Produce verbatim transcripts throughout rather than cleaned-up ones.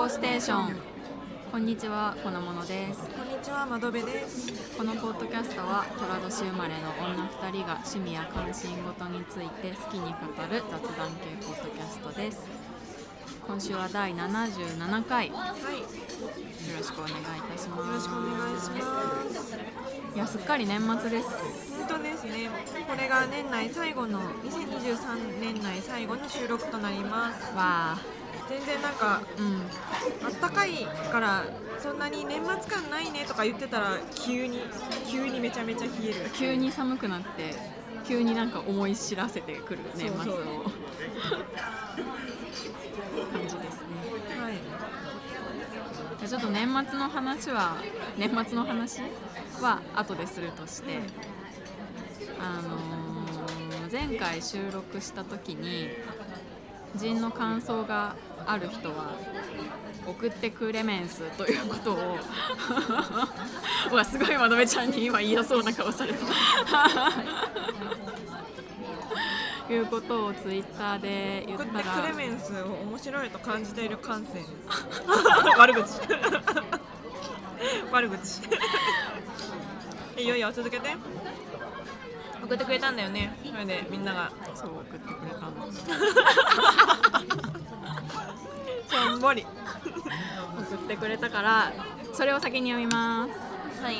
コステーション。こんにちは、このものです。 こんにちは、窓辺です。 このポッドキャストは寅年生まれの女ふたりが趣味や関心事について好きに語る雑談系ポッドキャストです。今週はだいななじゅうななかい、 はい、よろしくお願いいたします。 ろしくお願いします。 いや、すっかり年末です。 本当ですね。これが年内最後のにせんにじゅうさんねん内最後の収録となります。 わ全然なんか、 ー、うん、 あったかいからそんなに年末感ないねとか言ってたら急に急にめちゃめちゃ冷える。 急に寒くなって急になんか思い知らせてくる年末のそうそう感じですね。 はい。 じゃあちょっと年末の話は年末の話は後でするとして、あのー、前回収録した時にジンの感想がある人は送ってくれメンスということをうわ、すごいまどめちゃんに今言い出そうな顔されたいうことをツイッターで言ったら、 送ってクレメンスを面白いと感じている感性悪口悪口いよいよ続けて。送ってくれたんだよね。それでみんながそう送ってくれたんですしょんぼり送ってくれたからそれを先に読みます。 はい。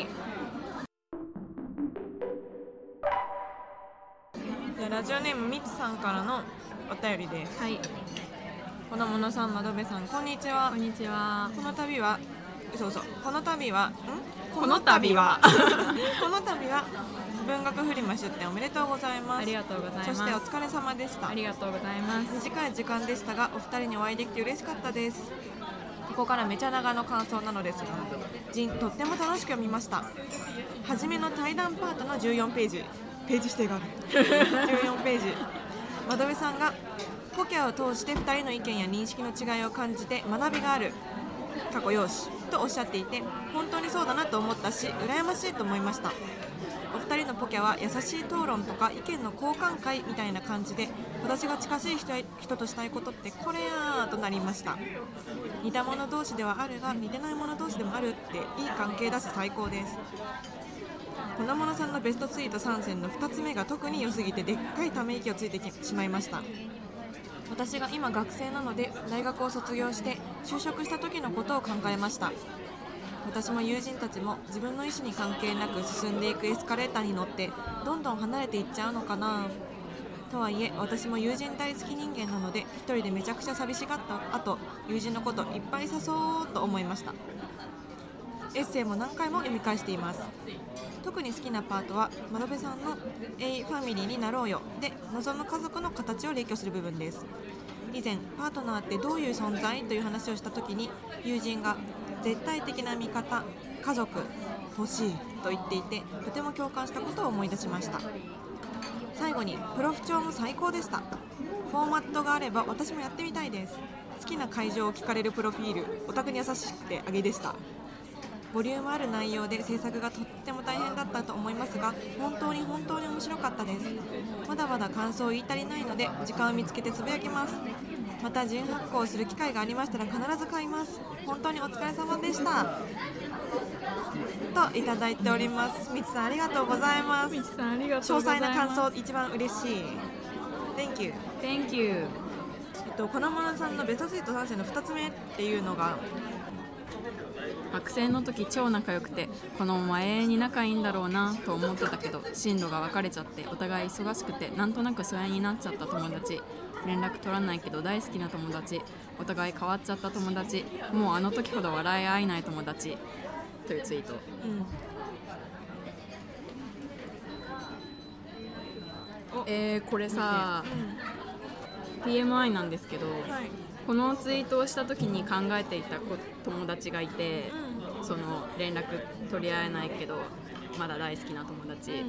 じゃあラジオネームみつさんからのお便りです。 はい、 このものさん、窓辺さん、こんにちは。 こんにちは。 この度はそうそうこの度はんこの度はこの度は文学フリマ出展おめでとうございます。 ありがとうございます。 そしてお疲れ様でした。 ありがとうございます。 短い時間でしたがお二人にお会いできて嬉しかったです。ここからめちゃ長の感想なのですが、ジンとっても楽しく読みました。初めの対談パートのじゅうよんページページ指定があるじゅうよんページ、窓辺さんがポキャを通してふたりの意見や認識の違いを感じて学びがある過去用紙とおっしゃっていて、本当にそうだなと思ったし羨ましいと思いました。お二人のポキャは優しい討論とか意見の交換会みたいな感じで、私が近しい 人, 人としたいことってこれやーとなりました。似た者同士ではあるが似てない者同士でもあるっていい関係だし最高です。このものさんのベストツイートさんせんのふたつめが特に良すぎてでっかいため息をついてしまいました。私が今学生なので大学を卒業して就職した時のことを考えました。私も友人たちも自分の意思に関係なく進んでいくエスカレーターに乗ってどんどん離れていっちゃうのかな。とはいえ私も友人大好き人間なので一人でめちゃくちゃ寂しがった後、友人のこといっぱい誘おうと思いました。エッセイも何回も読み返しています。特に好きなパートは窓辺さんの A ファミリーになろうよで望む家族の形を列挙する部分です。以前パートナーってどういう存在という話をした時に友人が絶対的な味方、家族欲しいと言っていてとても共感したことを思い出しました。最後にプロフ帳も最高でした。フォーマットがあれば私もやってみたいです。好きな会場を聞かれるプロフィールオタクに優しくてあげでした。ボリュームある内容で制作がとっても大変だったと思いますが本当に本当に面白かったです。まだまだ感想を言い足りないので時間を見つけてつぶやきます。また人発行する機会がありましたら必ず買います。本当にお疲れ様でしたといただいております。みつさんありがとうございます。 みちさんありがと詳うございます。 細な感想一番嬉しい。 Thank you。 Thank you。 えっと、このものさんのベストツイートさんせんのふたつめっていうのが学生の時超仲良くてこのまま永遠に仲いいんだろうなと思ってたけど進路が分かれちゃってお互い忙しくてなんとなく疎遠になっちゃった友達、連絡取らないけど大好きな友達、お互い変わっちゃった友達、もうあの時ほど笑い合えない友達というツイート、 うんえー、これさ、うん、ティーエムアイ なんですけど、はい、このツイートをした時に考えていた友達がいて、うん、その連絡取り合えないけどまだ大好きな友達、うんうん、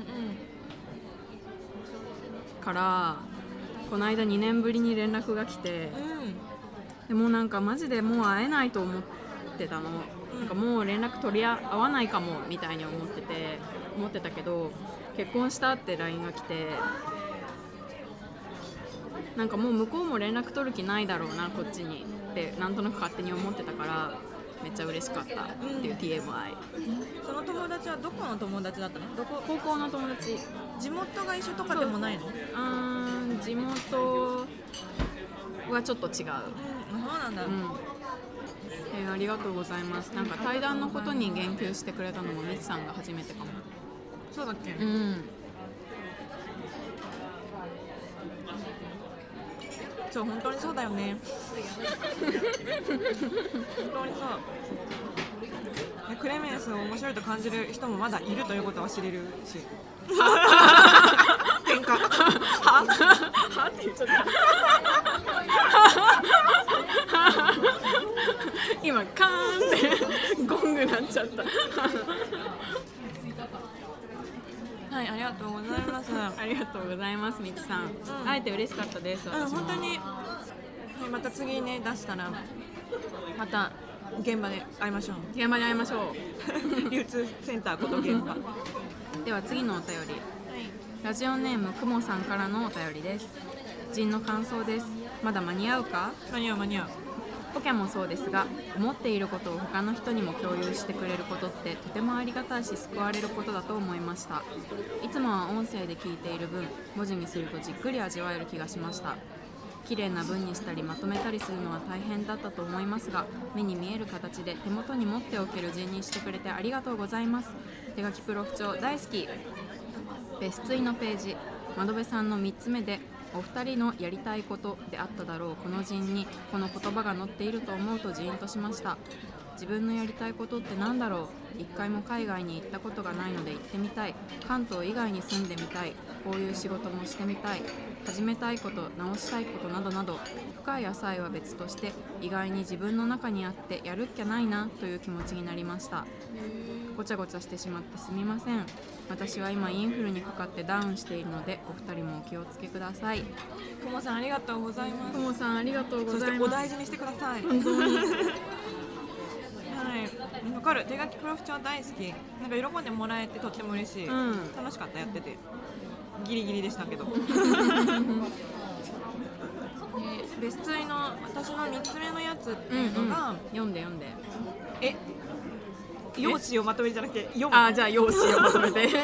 からこの間にねんぶりに連絡が来て、うん、でもなんかマジでもう会えないと思ってたの、うん、なんかもう連絡取り合わないかもみたいに思ってて思ってたけど結婚したって ライン が来てなんかもう向こうも連絡取る気ないだろうなこっちにってなんとなく勝手に思ってたからめっちゃ嬉しかったっていう ティーエムアイ、 その友達はどこの友達だったの？どこ？ 高校の友達。 地元が一緒とかでもないの？ あー地元はちょっと違う、うん、 そうなんだ、 うんえー、ありがとうございます。なんか対談のことに言及してくれたのもみちさんが初めてかも。 そうだっけ？ うんそう、本当にそうだよね本当にそう。クレメンスを面白いと感じる人もまだいるということは知れるし喧嘩ははって言っちゃった今カーンってゴングなっちゃったはい、ありがとうございますありがとうございますみちさん、うん、会えて嬉しかったです。 うん、本当に、はい、また次ね出したらまた現場で会いましょう。 現場で会いましょう流通センターこと現場では次のお便り、はい、ラジオネームくもさんからのお便りです。ジンの感想です。まだ間に合うか？ 間に合う間に合う。 ポケもそうですが、思っていることを他の人にも共有してくれることってとてもありがたいし救われることだと思いました。いつもは音声で聞いている分、文字にするとじっくり味わえる気がしました。綺麗な文にしたりまとめたりするのは大変だったと思いますが、目に見える形で手元に持っておける字にしてくれてありがとうございます。手書きプロフ帳大好き。別ツイのページ、窓辺さんのみっつめでお二人のやりたいことであっただろうこの陣にこの言葉が載っていると思うとジーンとしました。自分のやりたいことって何だろう。一回も海外に行ったことがないので行ってみたい。関東以外に住んでみたい。こういう仕事もしてみたい。始めたいこと、直したいことなどなど、深い浅いは別として意外に自分の中にあってやるっきゃないなという気持ちになりました。ごちゃごちゃしてしまってすみません。私は今インフルにかかってダウンしているのでお二人もお気をつけください。 くもさんありがとうございます。 くもさんありがとうございます。 そしてお大事にしてください。 本当にはい、わかる。手書きプロフ帳大好き。なんか喜んでもらえてとっても嬉しい、うん、楽しかったやってて。ギリギリでしたけどベスツイの私のみっつめのやつっていうのが、うんうん、 読んで読んでえ用紙をまとめるじゃなくて読む。 あ、じゃあ用紙をまとめて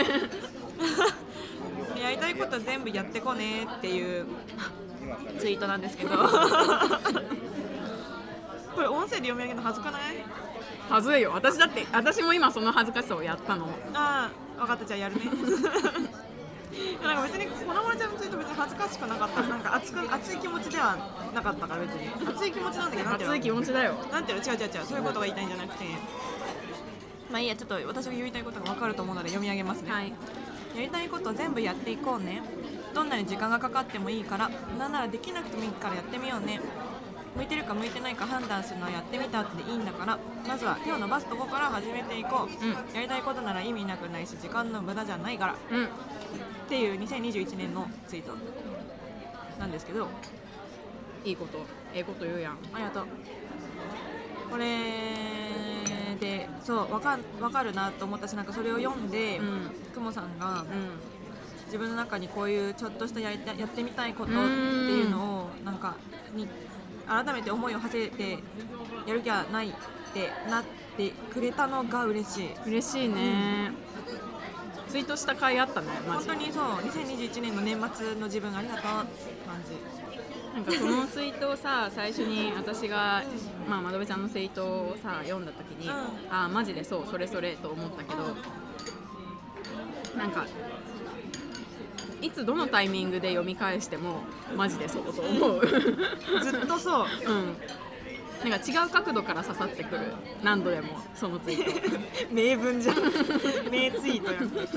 やりたいことは全部やってこねっていうツイートなんですけどこれ音声で読み上げるの恥ずかない？ 恥ずいよ。私だって私も今その恥ずかしさをやったの。 ああ、分かった、じゃあやるねなんか別にこのまちゃんのツイート別に恥ずかしくなかった。なんか熱く熱い気持ちではなかったから別に熱い気持ちなんだけど、なんていうの？ 熱い気持ちだよ。 なんていうの？違う違う違う、そういうことが言いたいんじゃなくて、まあいいや、ちょっと私が言いたいことが分かると思うので読み上げますね。はい、やりたいことを全部やっていこうね。どんなに時間がかかってもいいから、なんならできなくてもいいからやってみようね。向いてるか向いてないか判断するのはやってみたっていいんだから、まずは手を伸ばすとこから始めていこう、うん、やりたいことなら意味なくないし時間の無駄じゃないから、うん、っていうにせんにじゅういちねんのツイートなんですけど、 いいこと、ええこと言うやん。 ありがとう。これでそうわかん、わかるなと思ったし、なんかそれを読んで、うん、くもさんが、うん、自分の中にこういうちょっとしたやりたやってみたいことっていうのをなんかに改めて思いを馳せてやる気はないってなってくれたのが嬉しい。 嬉しいね、うん、ツイートした回あったね。マジ本当にそう。にせんにじゅういちねんの年末の自分ありがとうって感じ。 なんかそのツイートをさ最初に私が、まあ、窓辺ちゃんのツイートをさ読んだ時に、うん、あマジでそうそれそれと思ったけど、うん、なんかいつどのタイミングで読み返してもマジでそうと思うずっとそう、 うん、なんか違う角度から刺さってくる。何度でもそのツイート名文じゃん名ツイートやんそう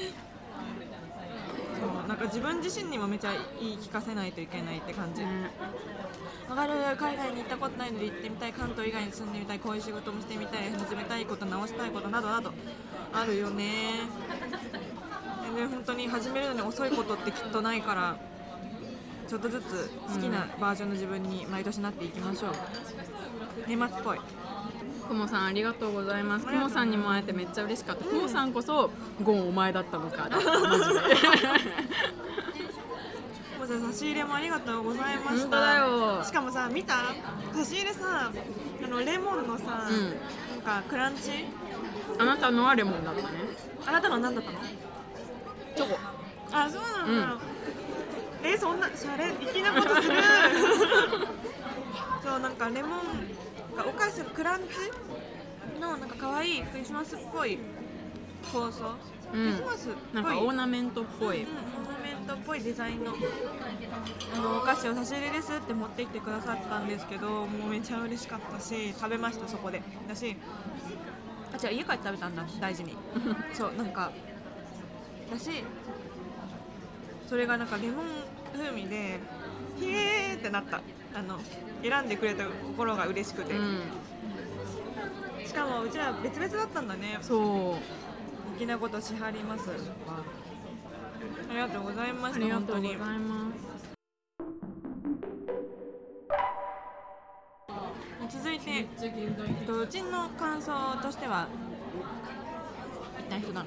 なんか自分自身にもめちゃ言い聞かせないといけないって感じ。わ、うん、かる。海外に行ったことないので行ってみたい。関東以外に住んでみたい。こういう仕事もしてみたい。始めたいこと、直したいことなどなどあるよね。で本当に始めるのに遅いことってきっとないから、ちょっとずつ好きなバージョンの自分に毎年なっていきましょう。年末っぽい。 くもさんありがとうございます。くもさんにも会えてめっちゃ嬉しかった。くもさんこそゴンお前だったのかマジでくもざ差し入れもありがとうございました。 本当だよ。 しかもさ、見た差し入れさ、あのレモンのさ、 うん、 なんかクランチ。 あなたのはレモンだったね。 あなたのは何だったの？ チョコ。 あ、そうなんだ、うん、え、そんなシャレ粋なことするそう、なんかレモンがお菓子のクランチのなんか可愛いクリスマスっぽい包装、 うん、 クリスマスっぽいなんかオーナメントっぽい、 うん、オーナメントっぽいデザインのあのお菓子を差し入れですって持ってきてくださったんですけど、もうめちゃ嬉しかったし、食べました。そこでだし、あ、違う、家帰って食べたんだ、大事にそう、なんかだし、それがなんかレモン風味でヒエーってなった。あの選んでくれた心が嬉しくて、うん、しかもうちら別々だったんだね。 そう粋なことしはります。ありがとうございました。 ありがとうございます。 続いてうちの感想としては一旦人なの、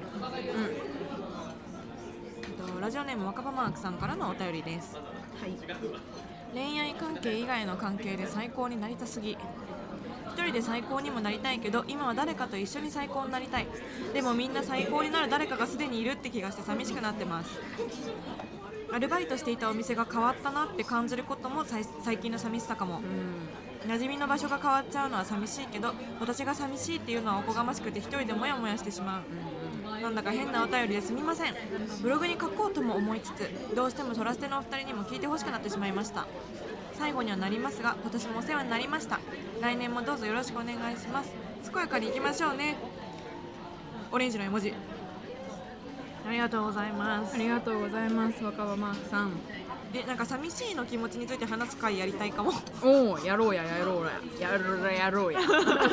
うん、ラジオネーム若葉マークさんからのお便りです。はい、恋愛関係以外の関係で最高になりたすぎ。一人で最高にもなりたいけど、今は誰かと一緒に最高になりたい。でもみんな最高になる誰かがすでにいるって気がして寂しくなってます。アルバイトしていたお店が変わったなって感じることも最近の寂しさかも、うん、馴染みの場所が変わっちゃうのは寂しいけど、私が寂しいっていうのはおこがましくて一人でモヤモヤしてしまう、うん、なんだか変なお便りですみません。ブログに書こうとも思いつつ、どうしてもトラステのお二人にも聞いてほしくなってしまいました。最後にはなりますが、今年もお世話になりました。来年もどうぞよろしくお願いします。健やかにいきましょうね。オレンジの絵文字。ありがとうございます。 ありがとうございます。若葉マークさん。 え、なんか寂しいの気持ちについて話す会やりたいかも。 おお、やろうややろうややろうややろうや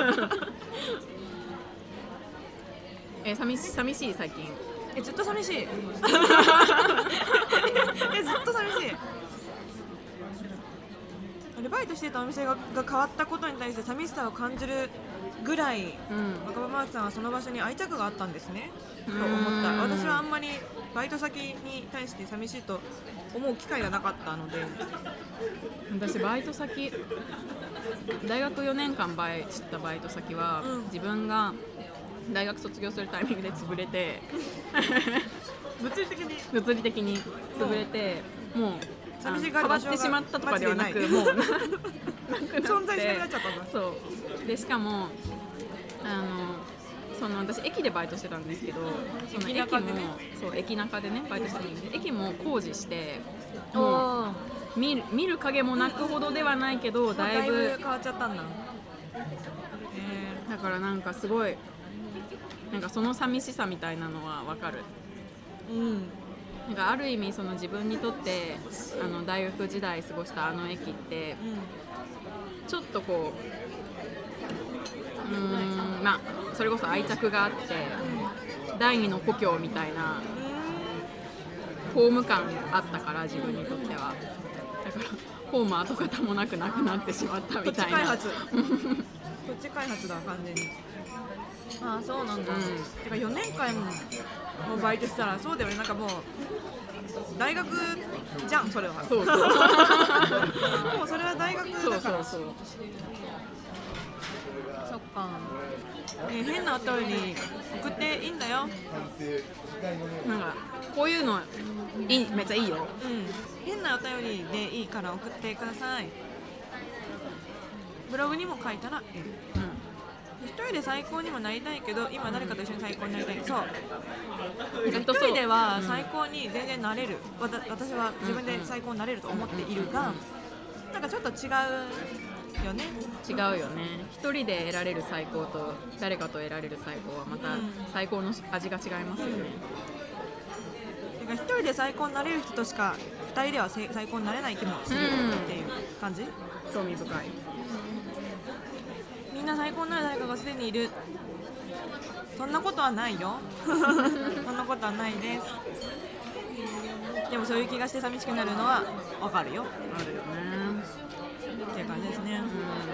え、寂しい寂しい最近。 え、ずっと寂しいえ、ずっと寂しい。アルバイトしてたお店 が, が変わったことに対して寂しさを感じるぐらい、うん、若葉マークさんはその場所に愛着があったんですねと思った。私はあんまりバイト先に対して寂しいと思う機会がなかったので。 私バイト先、大学よねんかんバイトしたバイト先は、うん、自分が大学卒業するタイミングで潰れて物理的に物理的に潰れて、もう寂しがる場所が変わってしまったとかではなく、もうなくなって存在しなくなっちゃったんだ。 そうで、しかもあのその私駅でバイトしてたんですけど、その駅も、ね、そう駅中でねバイトしてたんで、駅も工事してもう見る、見る影もなくほどではないけど、だいぶ、 だいぶ変わっちゃったんだ。 えー、だからなんかすごいなんかその寂しさみたいなのはわかる。うん、なんかある意味その自分にとってあの大学時代過ごしたあの駅って、うん、ちょっとこう、うーん、まあそれこそ愛着があって、うん、第二の故郷みたいなホーム感あったから、自分にとっては。だからホーム跡形もなくなくなってしまったみたいな。 土地開発土地開発だ完全に。ああ、そうなんだ、うん、てかよねんかんもバイトしたらそうだよね。なんかもう大学じゃん、それは。そうそうもうそれは大学だから。そうそうそう、そっか、えー、変なお便り送っていいんだよ。 なんかこういうのいい、めっちゃいいよ、 うん、変なお便りでいいから送ってください。ブログにも書いたらええ、うん、一人で最高にもなりたいけど、今誰かと一緒に最高になりたい。そう、一人では最高に全然なれる、わた私は自分で最高になれると思っているが、なんかちょっと違うよね。 違うよね。一人で得られる最高と誰かと得られる最高はまた最高の味が違いますよね。 うん、だから一人で最高になれる人としか二人では最高になれない気もするっていう感じ。 興味深い。 みんな最高になる誰かがすでにいる。そんなことはないよそんなことはないです。でもそういう気がして寂しくなるのはわかるよ。 あるよねっていう感じですね。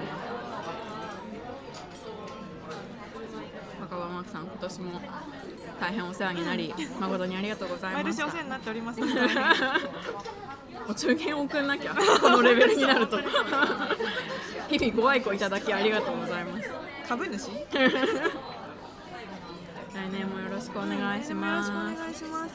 若葉マークさん、今年も大変お世話になり、誠にありがとうございました。 毎年お世話になっておりますお中元送んなきゃこのレベルになると日々ご愛顧いただきありがとうございます。 株主来年もよろしくお願いします。 よろしくお願いします。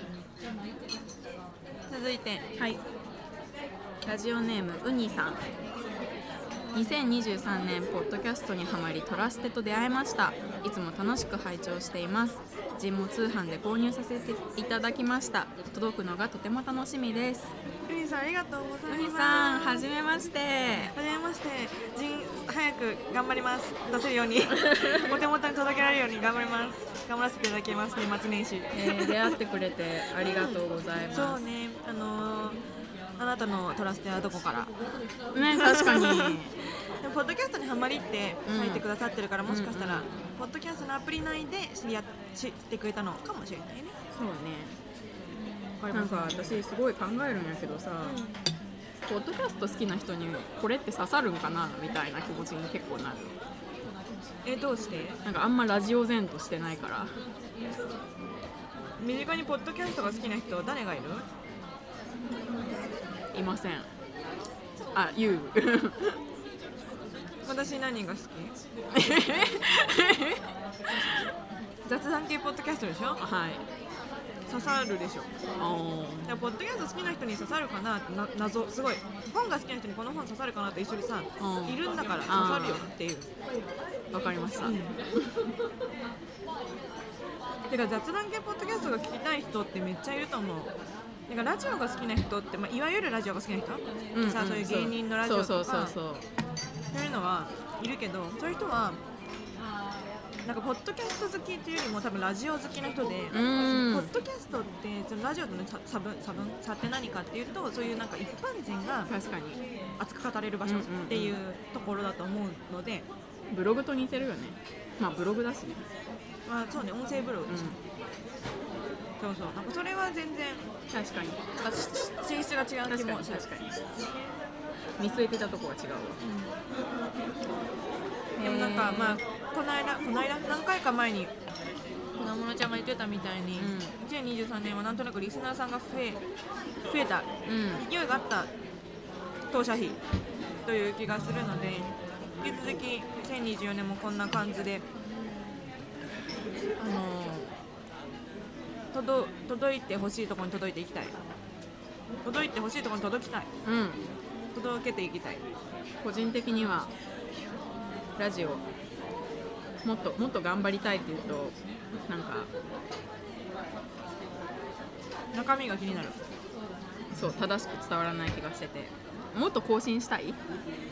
続いて、 はい、ラジオネームうにさん。にせんにじゅうさんねんポッドキャストにハマりトラステと出会いました。いつも楽しく拝聴しています。ジンも通販で購入させていただきました。届くのがとても楽しみです。 うにさんありがとうございます。 うにさんはじめまして。 はじめまして。ジン早く頑張ります。出せるようにお手元に届けられるように頑張ります。頑張らせていただきます。年末年始、 えー、出会ってくれてありがとうございます。 そうね、あのー、あなたのトラステはどこからね、確かにでもポッドキャストにハマりって書いてくださってるから、うん、もしかしたら、うんうん、ポッドキャストのアプリ内で知り合知ってくれたのかもしれないね。 そうね、なんか私すごい考えるんやけどさ、うん、ポッドキャスト好きな人にこれって刺さるんかなみたいな気持ちに結構なる。 え、どうして？ なんかあんまラジオ前としてないから。 身近にポッドキャストが好きな人は誰がいる？ いません。あ、言う私何が好き？雑談系ポッドキャストでしょ？ はい。 刺さるでしょ。あ、ポッドキャスト好きな人に刺さるかなってな謎。すごい本が好きな人にこの本刺さるかなって一緒にさ、いるんだから刺さるよっていう。 わかりました。うん、 てか雑談系ポッドキャストが聞きたい人ってめっちゃいると思う。なんかラジオが好きな人って、まあ、いわゆるラジオが好きな人、うんうん、さあそういう芸人のラジオとかそうそうそうそうそういうのはいるけど、そういう人はなんかポッドキャスト好きっていうよりも多分ラジオ好きな人で、ポッドキャストってそのラジオとの差分差分差って何かっていうと、そういうなんか一般人が熱く語れる場所っていうところだと思うので、 ブログと似てるよね。まあブログだしね。 まあそうね、音声ブログ、うん、そうそう、なんかそれは全然確かに性質が違う気も。 確かに見据えてたとこは違うわ、 うん、でもなんかまあこの間この間何回か前にこのものちゃんが言ってたみたいに、うん、にせんにじゅうさんねんはなんとなくリスナーさんが増え増えた、うん、勢いがあった当社費という気がするので、引き続きにせんにじゅうよねんもこんな感じであのー、届, 届いてほしいところに届いていきたい。届いてほしいところに届きたい、うん、届けていきたい。 個人的にはラジオもっともっと頑張りたいっていうと、なんか中身が気になる。 そう正しく伝わらない気がしてて、もっと更新したい。う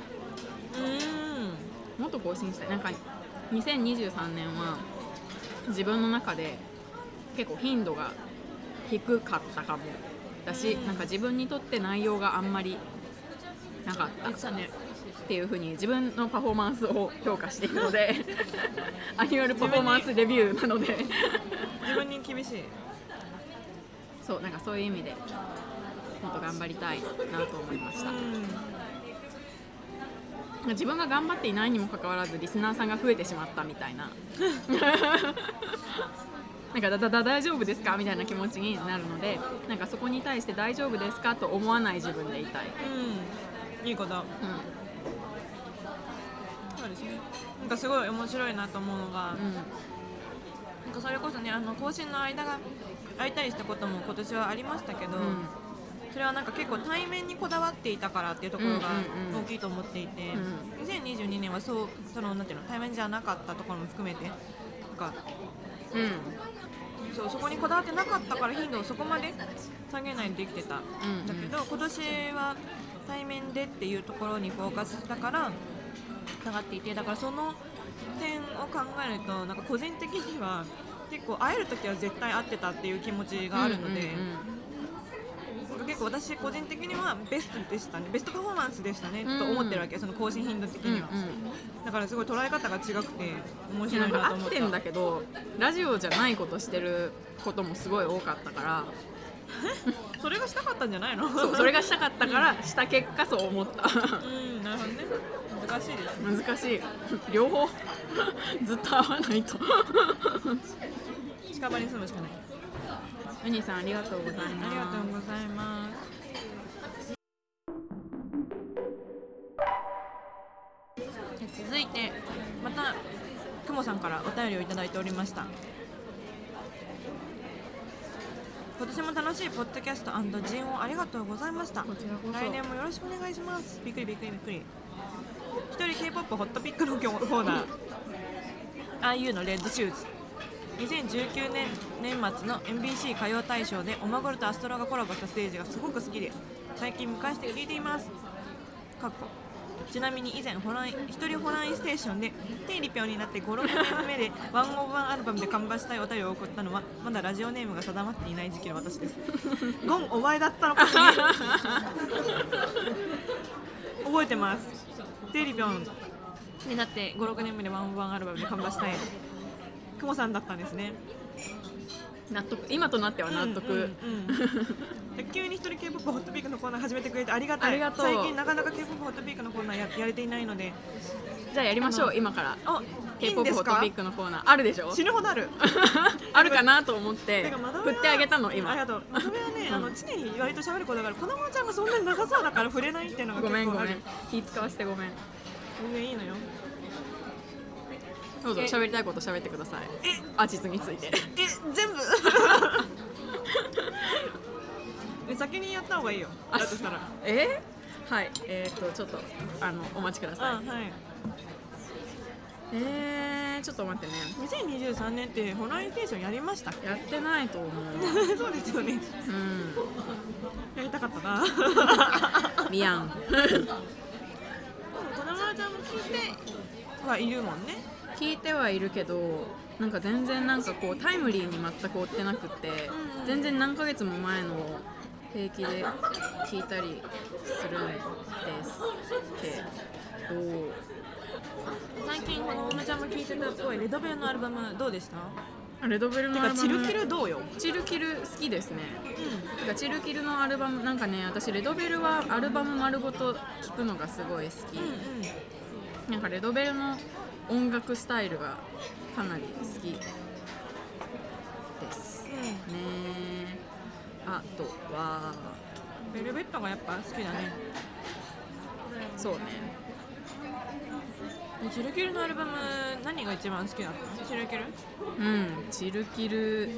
ーん、もっと更新したい。なんかにせんにじゅうさんねんは自分の中で結構頻度が低かったかもだし、なんか自分にとって内容があんまりなかったっていう風に自分のパフォーマンスを評価しているのでアニュアルパフォーマンスレビューなので自分に厳しい。 そう、なんかそういう意味でもっと頑張りたいなと思いました。自分が頑張っていないにもかかわらずリスナーさんが増えてしまったみたいななんかだだだ大丈夫ですかみたいな気持ちになるので、なんかそこに対して大丈夫ですかと思わない自分でいたい。 うん、いいこと、うん、そうですね。なんかすごい面白いなと思うのが、うん、なんかそれこそね、あの更新の間が空いたりしたことも今年はありましたけど、うん、それはなんか結構対面にこだわっていたからっていうところが大きいと思っていて、にせんにじゅうにねんはそう、そのなんていうの、対面じゃなかったところも含めてなんか、うん、そう、そこにこだわってなかったから頻度をそこまで下げないでできてた、うんうん、だけど今年は対面でっていうところにフォーカスしたから下がっていて、だからその点を考えるとなんか個人的には結構会えるときは絶対会ってたっていう気持ちがあるので、うんうんうん、結構私個人的にはベストでしたね、ベストパフォーマンスでしたね、うん、と思ってるわけ、その更新頻度的には、うんうん、だからすごい捉え方が違くて面白いなと思った。 合ってんだけどラジオじゃないことしてることもすごい多かったからそれがしたかったんじゃないの？ そう、それがしたかったからした結果そう思ったうん、なるほどね。難しいですね。 難しい両方ずっと会わないと近場に住むしかない。 ウニさんありがとうございます。 ありがとうございます。 続いてまたくもさんからお便りをいただいておりました。今年も楽しいポッドキャスト&ジンをありがとうございました。 こちらこそ来年もよろしくお願いします。びっくりびっくりびっくり。一人 K-ポップ ホットピックのコーナーアイユー のレッドシューズ。にせんじゅうきゅうねん年末の エムビーシー 歌謡大賞でオマゴルとアストロがコラボしたステージがすごく好きで最近見返して聞いています。かっこちなみに以前ホラン一人ホランイステーションでテイリピョンになってご、ろくねんめでワンオブワンアルバムで完売したいお便りを送ったのはまだラジオネームが定まっていない時期の私です。ゴンお前だったのかしら覚えてます。テイリピョンになってご、ろくねんめでワンオブワンアルバムで完売したいくもさんだったんですね。 納得、今となっては納得、うんうんうん、急に一人 K-ポップ ホットピークのコーナー始めてくれてありがたい。 ありがとう。 最近なかなか K-ポップ ホットピークのコーナー や, やれていないのでじゃあやりましょう。今から K-ポップホットピークのコーナーあるでしょ。 死ぬほどあるあるかなと思って振ってあげたの今。 ありがとう。まとめはね、うん、あの常に割と喋る子だから子供ちゃんがそんなに長そうだから触れないっていうのが結構ある。 ごめんごめん気使わせてごめん。 全然いいのよ。 どうぞ喋りたいこと喋ってください。えアーティストについてえ全部先にやった方がいいよ。だとしたらえはいえー、っとちょっとあのお待ちください。 あ、はい、 えー、ちょっと待ってね。 にせんにじゅうさんねんってホラーインテーションやりましたっけ？ やってないと思うそうですよね。 うんやりたかったなミヤン子供ちゃんも聞いてはいるもんね。 聞いてはいるけどなんか全然なんかこうタイムリーに全く追ってなくて、うんうん、全然何ヶ月も前の平気で聞いたりするんですけど最近このおもちゃんも聞いてたっぽいレドベルのアルバムどうでした？ レドベルのアルバムチルキルどうよ？ チルキル好きですね、うん、かチルキルのアルバムなんかね私レドベルはアルバム丸ごと聴くのがすごい好き、うんうん、なんかレドベルの音楽スタイルがかなり好きです、うん、ね。あとはベルベットがやっぱ好きだね。 そうね。 チルキルのアルバム何が一番好きだったの？チルキル？ うんチルキル、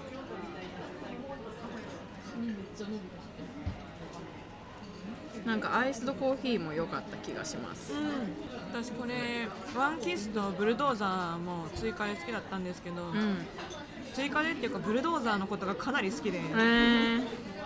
なんかアイスドコーヒーも良かった気がします、うん、 私これワンキスとブルドーザーも追加で好きだったんですけど、うん、追加でっていうかブルドーザーのことがかなり好きで、えー、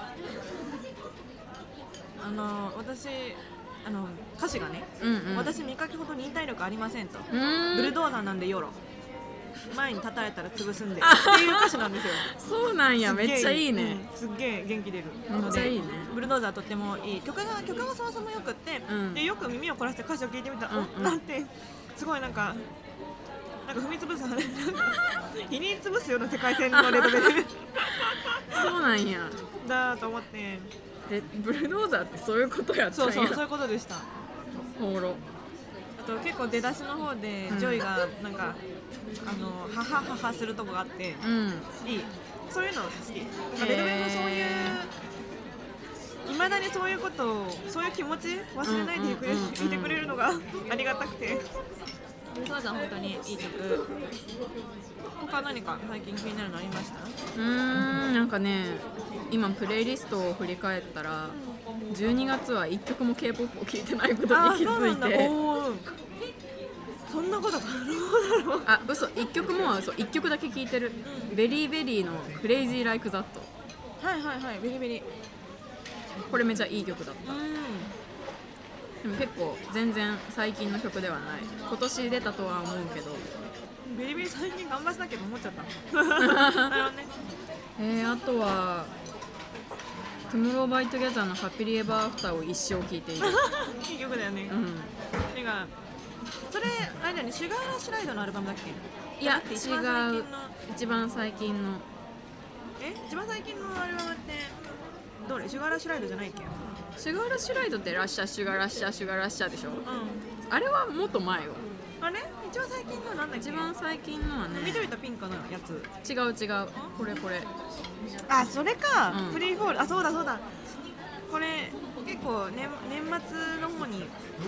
あの私あの歌詞がね、うんうん、私見かけほど忍耐力ありませんと、ブルドーザーなんでヨロ前に立たれたら潰すんでっていう歌詞なんですよ。 そうなんや、めっちゃいいね、 うん、すっげえ元気出る。 めっちゃいいね。 ブルドーザーとってもいい曲が曲がそもそもよくって、うん、でよく耳を凝らして歌詞を聞いてみたら、うんうん、なんてすごいなんかなんか踏み潰す日に潰すような世界線のレベルそうなんやだと思って。 えブルドーザーってそういうことやったんや。 そうそうそういうことでした。 おもろ。 あと結構出だしの方で、うん、ジョイがなんかあのハハハハするとこがあって、うん、いいそういうの好き。レドベルのそういういまだにそういうことをそういう気持ち忘れないでくれ、うんうんうんうん、いてくれるのがありがたくて。ブルドーザー本当にいい曲。他何か最近気になるのありました？ うーんなんかね今プレイリストを振り返ったらじゅうにがつはいっきょくも K-ポップ を聴いてないことに気づいて。 そんなこと可能だろう。 あ、嘘、いっきょくもそういっきょくだけ聴いてる、うん、ベリーベリーのクレイジーライクザット。 はいはいはい、ベリーベリーこれめちゃいい曲だった、うん、でも結構全然最近の曲ではない。今年出たとは思うけどベリーベリー最近頑張ってたけど思っちゃったなるほどね。 えー、あとはトゥモローバイトギャザーのハッピリエバーアフターを一生聴いているいい曲だよね、うん、それがそれあれだよね、シュガーラッシュライドのアルバムだっけ？ いや違う、一番最近のえ一番最近のアルバムってどれ？シュガーラッシュライドじゃないっけ？ シュガーラッシュライドってラッシャーシュガーラッシャーシュガーラッシャーでしょ、うん、あれはもっと前よ。 あれ一番最近のなんだっけ？ 一番最近のはね緑とピンクのやつ。 違う違う、これこれあ、それか、 うん、 フリーフォール。あ、そうだそうだ、これ結構、ね、年末の方に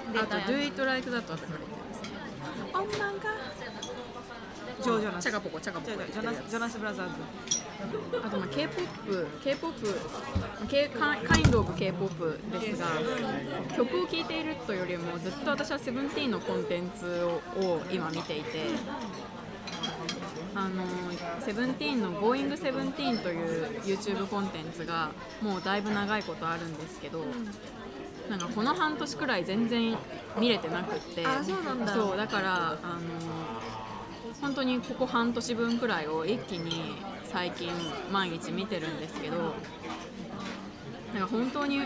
あと Do It Like That とかですね。オンマンがジョージョナスチャカポコチャカポコジョナスジョナスブラザーズ。 あとまあ K-ポップ、K-ポップ、K カインドオブ K-ポップですが、曲を聴いているというよりもずっと私はセブンティーンのコンテンツを今見ていて、あのセブンティーンの Going セブンティーンという YouTube コンテンツがもうだいぶ長いことあるんですけど、なんかこの半年くらい全然見れてなくって、 あ、そうなんだ。 そうだからあの本当にここ半年分くらいを一気に最近毎日見てるんですけど、なんか本当に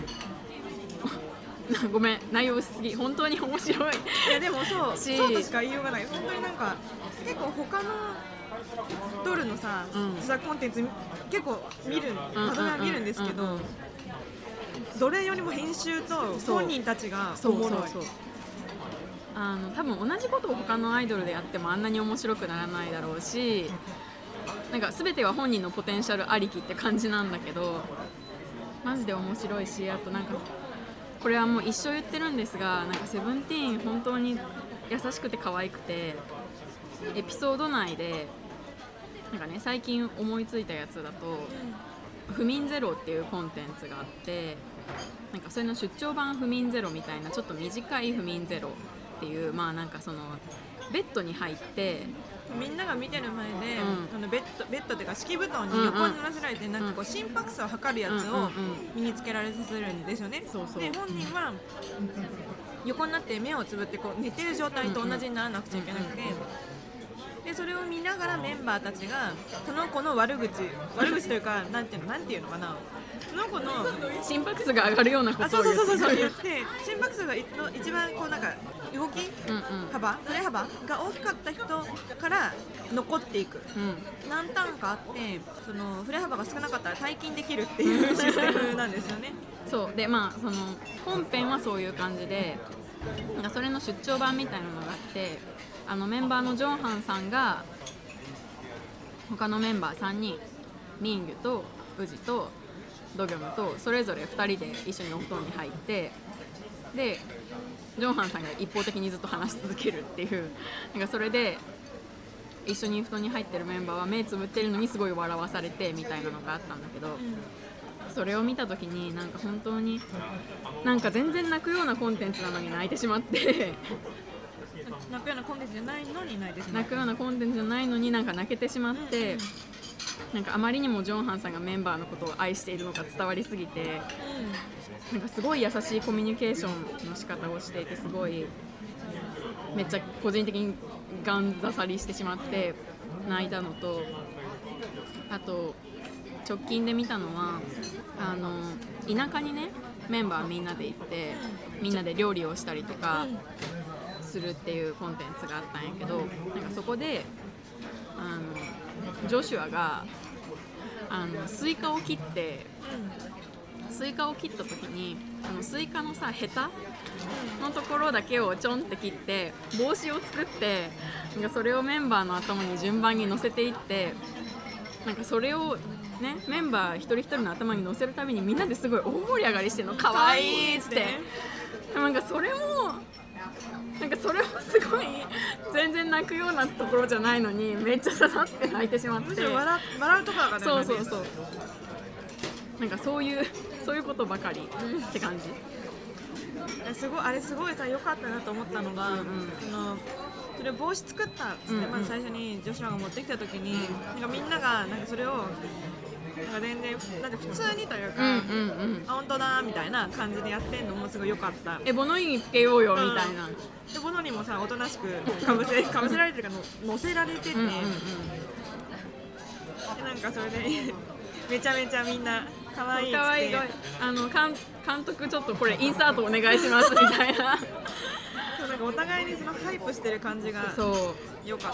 ごめん内容薄すぎ、本当に面白い。 いやでもそうそうとしか言いようがない。本当になんか結構他のドルのさ、 うん著作コンテンツ結構見るまとめは見るんですけど、 うんうんうんうん、 どれよりも編集と本人たちがおそうもろい。 そうそうそう、あの多分同じことを他のアイドルでやってもあんなに面白くならないだろうし、なんか全ては本人のポテンシャルありきって感じなんだけど、マジで面白いし、あとなんかこれはもう一生言ってるんですが、なんかセブンティーン本当に優しくて可愛くて、エピソード内でなんかね、最近思いついたやつだと不眠ゼロっていうコンテンツがあって、なんかそれの出張版不眠ゼロみたいなちょっと短い不眠ゼロっていう、まあなんかそのベッドに入ってみんなが見てる前で、 うん、 あのベッドベッドっていうか敷布団に横に乗らせられて、なんかこう心拍数を測るやつを身につけられさせるんですよね。 そうそう、 で本人は横になって目をつぶってこう寝てる状態と同じにならなくちゃいけなくて、でそれを見ながらメンバーたちがその子の悪口悪口というかなんていうのなんていうのかな、その子の心拍数が上がるようなことを言って、 あ、そうそうそうそう言って心拍数が一番こうなんか動き、 うんうん、 幅振れ幅が大きかった人から残っていく、 うん、 何ターンかあってその振れ幅が少なかったら退勤できるっていうシステムなんですよね。 そうで、まあその本編はそういう感じで、なんかそれの出張版みたいなのがあって、あのメンバーのジョンハンさんが他のメンバーさんにん、ミンギュとウジとドギョムとそれぞれふたりで一緒にお布団に入って、でジョンハンさんが一方的にずっと話し続けるっていう、なんかそれで一緒に布団に入ってるメンバーは目つぶってるのにすごい笑わされてみたいなのがあったんだけど、それを見た時になんか本当になんか全然泣くようなコンテンツなのに泣いてしまって泣くようなコンテンツじゃないのに泣いてしまう、 泣くようなコンテンツじゃないのになんか泣けてしまって、うんうん、なんかあまりにもジョンハンさんがメンバーのことを愛しているのが伝わりすぎて、うん、なんかすごい優しいコミュニケーションの仕方をしていて、すごいめっちゃ個人的にガン刺さりしてしまって泣いたのと、あと直近で見たのはあの田舎にねメンバーみんなで行ってみんなで料理をしたりとかするっていうコンテンツがあったんやけど、なんかそこであのジョシュアがあのスイカを切ってスイカを切った時にあのスイカのさヘタのところだけをちょんって切って帽子を作って、なんかそれをメンバーの頭に順番に乗せていって、なんかそれをね、メンバー一人一人の頭に乗せるたびにみんなですごい大盛り上がりしてるの、かわいいっつって、なんかそれもなんかそれもすごい全然泣くようなところじゃないのにめっちゃ刺さって泣いてしまって、 むしろ笑笑うところがね、 そうそうそう、なんかそういうそういうことばかりって感じ。 すごいあれすごいさ良かったなと思ったのが、うんうん、そのそれ帽子作ったっつって、うんうん、まず最初にジョシュアが持ってきた時に、うん、なんかみんながなんかそれをなんか全然なんか普通にというか、うんうんうん、あ本当だみたいな感じでやってんのもすごい良かった。 えボノイにつけようよみたいな、うん、 でボノニもさおとなしくかぶせかぶせられてるかの乗せられてて、うんうんうん、でなんかそれでめちゃめちゃみんな可愛いっつって、可愛いあの監督ちょっとこれインサートお願いしますみたいなそうなんかお互いにそのハイプしてる感じが良かった。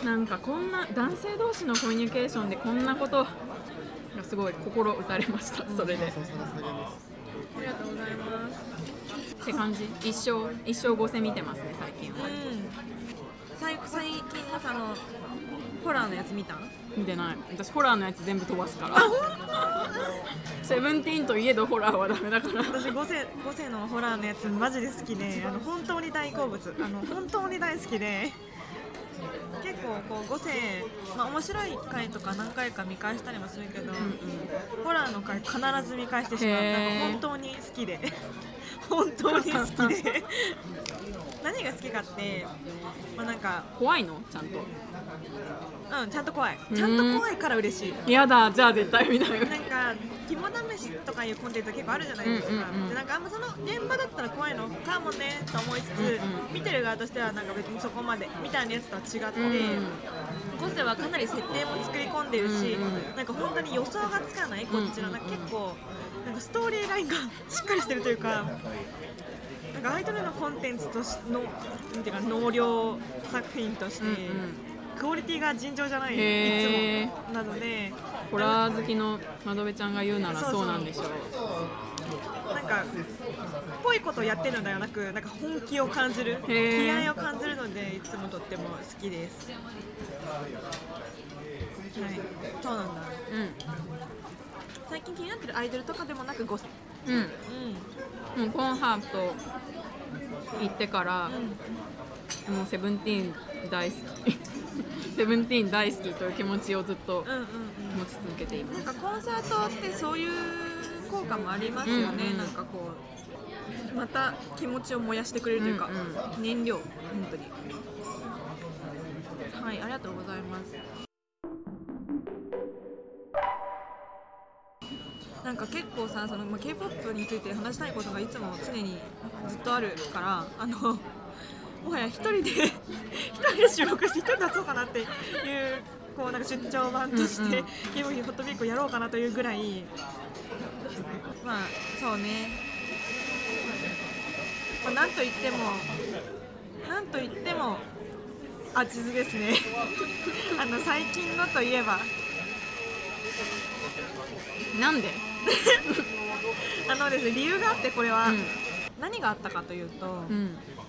なんかこんな男性同士のコミュニケーションでこんなことがすごい心打たれました。それでありがとうございますって感じ。一生一生ごせ見てますね最近は、うん、 最, 最近のそのホラーのやつ見た？ 見てない。私ホラーのやつ全部飛ばすからセブンティーンといえどホラーはダメだから。 私ご世、ご世のホラーのやつマジで好きで、あの本当に大好物、あの本当に大好きで、結構こうご世、まあ、面白い回とか何回か見返したりもするけど、うんうん、ホラーの回必ず見返してしまう。なんか本当に好きで本当に好きで何が好きかって、まあ、なんか怖いのちゃんと。 うん、ちゃんと怖い。ちゃんと怖いから嬉しい。 やだ、じゃあ絶対見ないよ。 なんか肝試しとかいうコンテンツ結構あるじゃないですか。うんうんうん、でなんかあんまその現場だったら怖いのかもねと思いつつ、うんうん、見てる側としてはなんか別にそこまでみたいなやつとは違って、うんうん、コステはかなり設定も作り込んでるし、うんうん、なんか本当に予想がつかないこっちの、なんか結構なんかストーリーラインがしっかりしてるというか。なんかアイドルのコンテンツとしのなんていうか納涼作品として、うんうん、クオリティが尋常じゃないいつもなので、 ホラー好きの窓辺ちゃんが言うならそうなんでしょう。そうそうなんかぽいことをやってるのではなく、なんか本気を感じる、気合を感じるのでいつもとっても好きです。はい、そうなんだ、うん、最近気になってるアイドルとかでもなくごせ、うんうん、もうコンハート行ってから、うん、もうセブンティーン大好きセブンティーン大好きという気持ちをずっと持ち続けています。 なんかコンサートってそういう効果もありますよね、うんうん、なんかこうまた気持ちを燃やしてくれるというか、うんうん、燃料、本当に。はい、ありがとうございます。なんか結構さ、その、まあ、K-ポップ について話したいことがいつも常にずっとあるから、あのもはや一人で一人で収録して一人で出そうかなっていう、こうなんか出張版として K-ポップ ホットピークをやろうかなというぐらい、まあそうね、まあ、なんといってもなんといってもあちずですねあの最近のといえばなんであのですね、理由があって、これは、うん、何があったかというと、うん、あの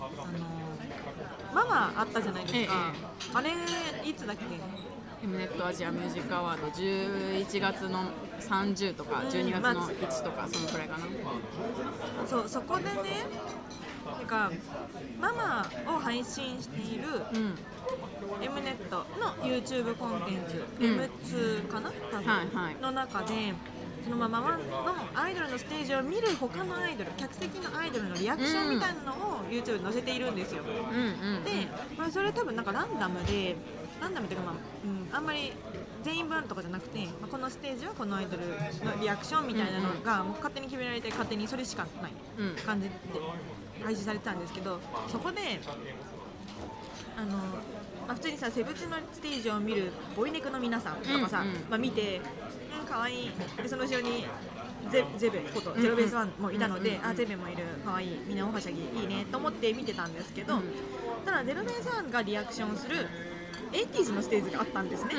ママあったじゃないですか、ええ、あれいつだっけ、 エムネットアジアミュージックアワードじゅういちがつのさんじゅうとか、うん、じゅうにがつのいちとか、そのくらいかな。 そう、そこでね、なんかママを配信している、うん、エムネットの YouTube コンテンツ、うん、エムツー かな多分、はいはい、の中でそのママのアイドルのステージを見る他のアイドル、客席のアイドルのリアクションみたいなのを YouTube に載せているんですよ、うんうんうん、で、まあ、それ多分なんかランダムでランダムっていうか、まあうん、あんまり全員分とかじゃなくて、まあ、このステージはこのアイドルのリアクションみたいなのがもう勝手に決められて、勝手にそれしかない感じで配信されてたんですけど、そこであの、まあ、普通にさ、セブチのステージを見るボイネクの皆さんとかさ、うんうん、まあ、見て、うん、かわいい、でその後ろに ゼ, ゼベことゼロベースワンもいたので、うんうん、あ、ゼベもいる、かわいい、みんなおはしゃぎいいねと思って見てたんですけど、うん、ただゼロベースワンがリアクションするエイティーズのステージがあったんですね、うん、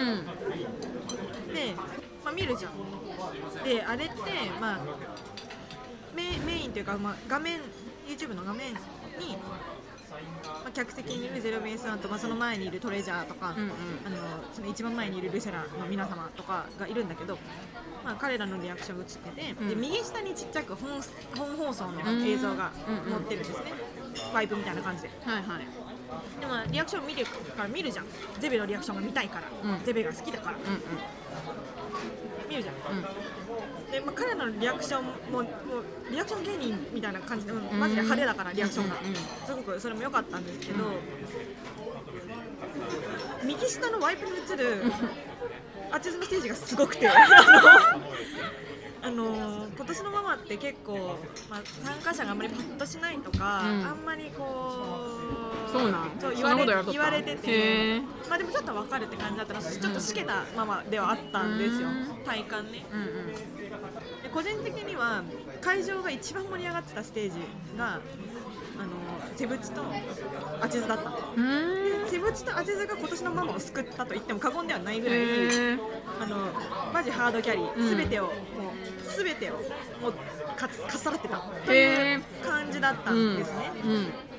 で、まあ、見るじゃん。であれって、まあ、メ, メインというか、まあ、画面 YouTube の画面に、まあ、客席にいるゼロベースワンと、まあ、その前にいるトレジャーとか、うんうん、あのその一番前にいるルシェラの皆様とかがいるんだけど、まあ、彼らのリアクションが映ってて、うん、で右下にちっちゃく 本, 本放送の映像が載ってるんですね、うんうん、ワイプみたいな感じで、はいはい、でもリアクション見るから見るじゃん、ゼベのリアクションが見たいから、うん、ゼベが好きだから、うんうん、見るじゃん、うん、で、まあ、彼らのリアクションも、もうリアクション芸人みたいな感じで、うん、マジで派手だからリアクションが、うんうん、すごくそれも良かったんですけど、うん、右下のワイプに映るあっちのステージがすごくてあの今年のママって結構、まあ、参加者があんまりパッとしないとか、うん、あんまりこうそうなんそう言われ言われてて、まあ、でもちょっと分かるって感じだったら、ちょっとしけたママではあったんですよ、体感ね、うんうん、で個人的には会場が一番盛り上がってたステージがあのセブチとアチズだった。セブチとアチズが今年のママを救ったと言っても過言ではないぐらい、あのマジハードキャリー、すべてをもうすべてをもうか, かっさらってたという感じだったんですね、うんうん、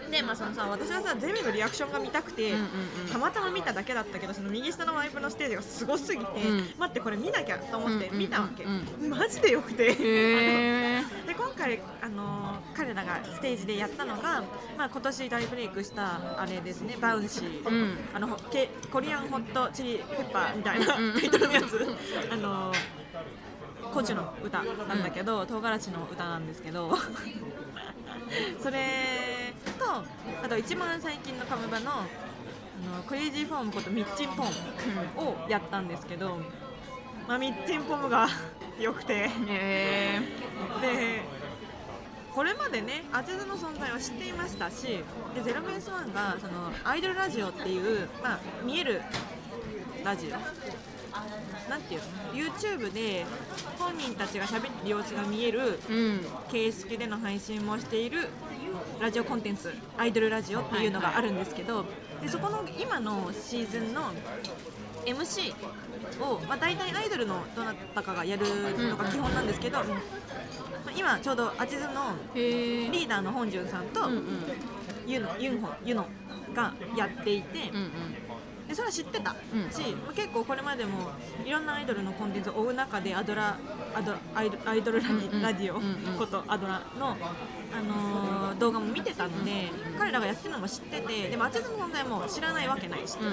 で、まあ、そのさ私はさゼミのリアクションが見たくて、 うんうんうん、 たまたま見ただけだったけど、その右下のワイプのステージがすごすぎて、うん、待ってこれ見なきゃと思って見たわけ、うんうんうん、マジでよくてへで今回、あのー、彼らがステージでやったのが、まあ、今年大ブレイクしたあれですね、バウンシー、うん、あのケコリアンホットチリペッパーみたいなタイトルのやつあのーコチュの歌なんだけど、うん、唐辛子の歌なんですけどそれとあと一番最近のカムバの、あのクレイジーフォームことミッチンポンをやったんですけど、まあ、ミッチンポムが良くてへーでこれまでねアジズの存在は知っていましたし、でゼロベースワンがそのアイドルラジオっていう、まあ、見えるラジオなんていうの YouTube で本人たちが喋ってる様子が見える形式での配信もしているラジオコンテンツ、アイドルラジオっていうのがあるんですけど、でそこの今のシーズンの エムシー を、まあ、大体アイドルのどなたかがやるのが基本なんですけど、まあ、今ちょうどアジズのリーダーの本潤さんとユノ、ユンホ、ユノがやっていて、うんうん、でそれは知ってたし、うん、結構これまでもいろんなアイドルのコンテンツを追う中でアドラアドアイドアイドルラジ、うんうん、ラジオことアドラの、あのー、動画も見てたので、うん、彼らがやってるのも知ってて、でもアチズの存在も知らないわけない、知ってた、うんうん、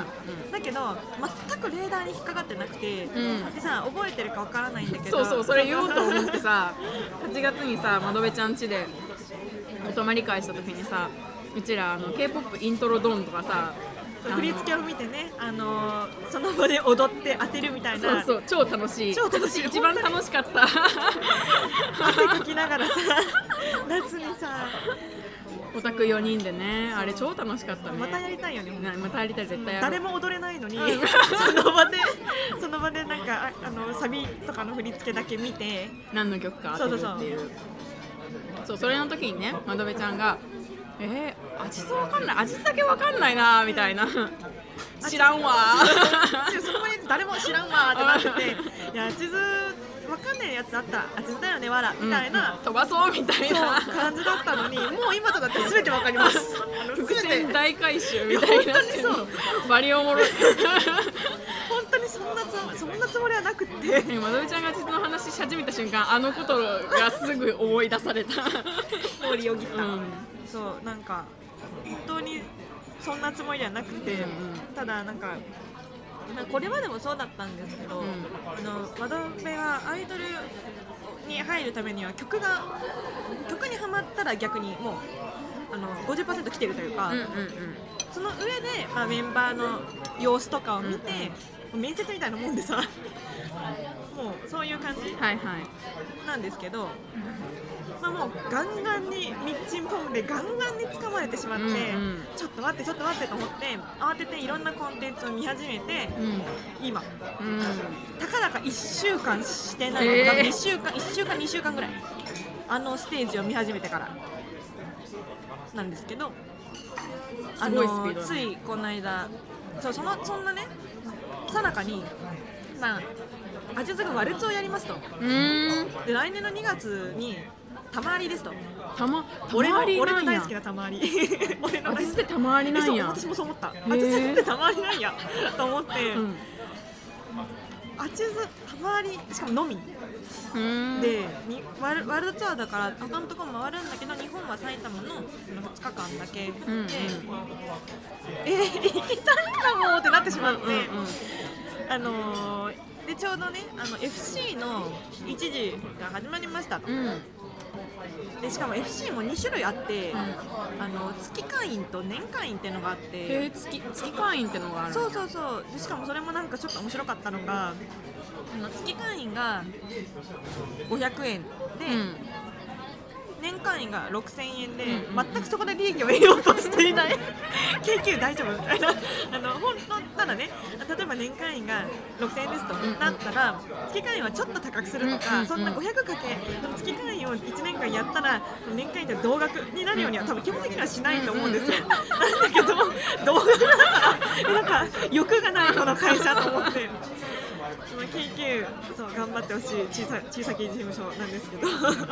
だけど全くレーダーに引っかかってなくて、うん、でさ覚えてるかわからないんだけど、 そうそう、それ言おうと思ってさはちがつにさ窓辺ちゃん家でお泊まり会した時にさ、うちらあの K-ポップ イントロドンとかさ振り付けを見てね、あのー、その場で踊って当てるみたいな、 そうそう、超楽しい、 超楽しい、 一番楽しかった汗かきながらさ夏にさオタクよにんでね、あれ超楽しかったね。 またやりたいよね。 またやりたい、絶対やる。 誰も踊れないのにその場でその場でなんか あ, あのサビとかの振り付けだけ見て何の曲か当てるっていう。そうそうそう、そう、それの時にね、窓辺ちゃんがえー、味わかんない、味だけわかんないなみたいな知らんわそこに誰も知らんわってなってていや、味わかんないやつあったら味だよねわらみたいな、 うん、飛ばそうみたいな感じだったのに、もう今とだって全てわかります伏線大回収みたいなバリおもろい本当にそんなつそんなつもりはなくってまどりちゃんが実の話し始めた瞬間、あのことがすぐ思い出された通りよぎった、うん、そうなんか本当にそんなつもりではなくて、うんうん、ただなんかこれまでもそうだったんですけど、うん、あの窓辺がアイドルに入るためには曲が曲にハマったら逆にもうあの ごじゅっパーセント 来てるというか、うんうんうん、その上で、まあ、メンバーの様子とかを見て、うんうん、面接みたいなもんでさもうそういう感じなんですけど、はいはい、まあ、もうガンガンにミッチンポンでガンガンに掴まれてしまって、うんうん、ちょっと待ってちょっと待ってと思って慌てていろんなコンテンツを見始めて、うん、今、うん、たかだかいっしゅうかんしてないのか、えー、にしゅうかんいっしゅうかんにしゅうかんぐらいあのステージを見始めてからなんですけど、あのついこの間そうそのそんなねさなかにまあアジズがワルツをやりますと、うーんで来年のにがつにたまわりですと、 たま俺の俺の大好きなたまわり俺のアジズってたまわりなんや、 私もそう思った、アジズってたまわりなんやと思って、うん、アジズたまわりしかものみでにワールドツアーだから他のところも回るんだけど、日本は埼玉のふつかかんだけで、うんうん、えー、行きたいんだもんってなってしまって、うんうんうん、あのーでちょうどねあの エフシー のいちじが始まりましたと、うん、でしかも エフシー もにしゅるいあって、うん、あの月会員と年会員っていうのがあって、 えー、月, 月会員ってのがある、 そうそうそうでしかもそれもなんかちょっと面白かったのが、あの月会員がごひゃくえんで、うん年会員がろくせんえんで、うんうん、全くそこで利益を得ようとしていないケーキュー 大丈夫みたいなあの本当ならね、例えば年会員がろくせんえんですとなったら、月会員はちょっと高くするとか、うんうんうん、そんなごひゃくかけ月会員をいちねんかんやったら年会員と同額になるようには多分基本的にはしないと思うんですよ、うんうん、なんだけど同額だからなんか欲がないこの会社と思ってケーキュー そう頑張ってほしい小さ小さき事務所なんですけど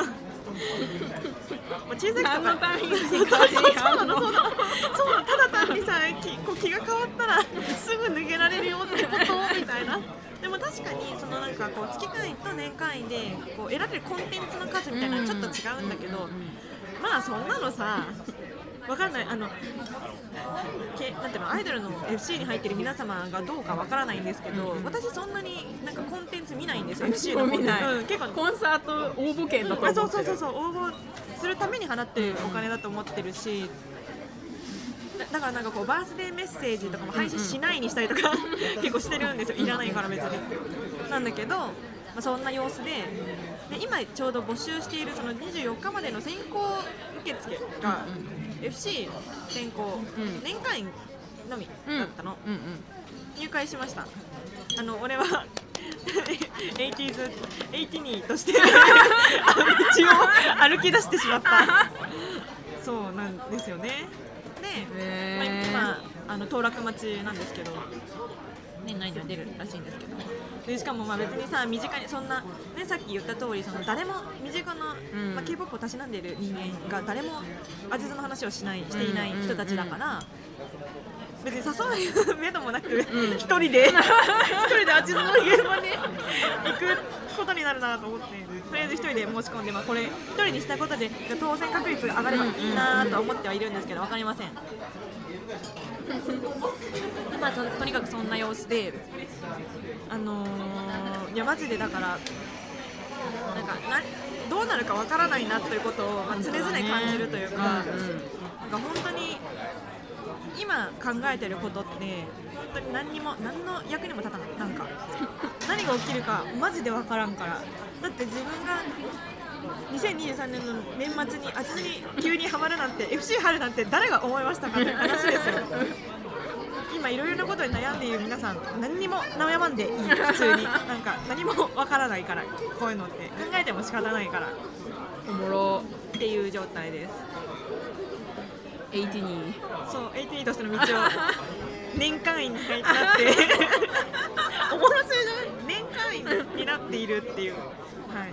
小さい人が何のためにそうそうそうなのそうなのそうなのただ単にさ気こう気が変わったらすぐ抜けられるよってことみたいな。でも確かにそのなんかこう月単位と年単位でこう得られるコンテンツの数みたいなのはちょっと違うんだけど、まあそんなのさわかんないあのけなんていうのアイドルの エフシー に入ってる皆様がどうかわからないんですけど、私そんなになんかコンテンツ見ないんですよ エフシー の見ない、 うん、結構コンサート応募券だと思ってる。 あそうそうそうそう応募するために払ってるお金だと思ってるし、だからなんかこうバースデーメッセージとかも配信しないにしたりとか結構してるんですよ。いらないから別になんだけど、まあ、そんな様子で、で今ちょうど募集しているそのにじゅうよっかまでの先行受付が エフシー 先行、うん、年会員のみだったの、うんうんうん、入会しました。あの俺はエイティーズ、エイティニーとして道を歩き出してしまったそうなんですよね。で、まあ、今あの当落待ちなんですけど年内には出るらしいんですけど、でしかもまあ別にさ身近にそんな、ね、さっき言った通りその誰も身近な、うんまあ、K-ポップ をたしなんでいる人間が誰もアジズの話をしないしていない人たちだから、別に誘う目処もなく、うん、一人で一人でアジズの現場に行くことになるなと思って、とりあえず一人で申し込んで、まあ、これ一人にしたことで当選確率が上がればいいなと思ってはいるんですけど、分かりませんまあ、と, とにかくそんな様子で、あのー、いやマジでだからなんかなどうなるかわからないなということを、まあ、常々感じるというか、なんか本当に今考えてることって本当に何にも何の役にも立たない。なんか何が起きるかマジでわからんから。だって自分がにせんにじゅうさんねんの年末にあちずに急にハマるなんてエフシー 入るなんて誰が思いましたかって話ですよ今いろいろなことに悩んでいる皆さん、何にも悩まんでいい。普通になんか何もわからないから、こういうのって考えても仕方ないからおもろっていう状態です。 エイティニーそうエイティニーとしての道を年会員になっておもろすぎじゃない？年会員になっているっていう、はい、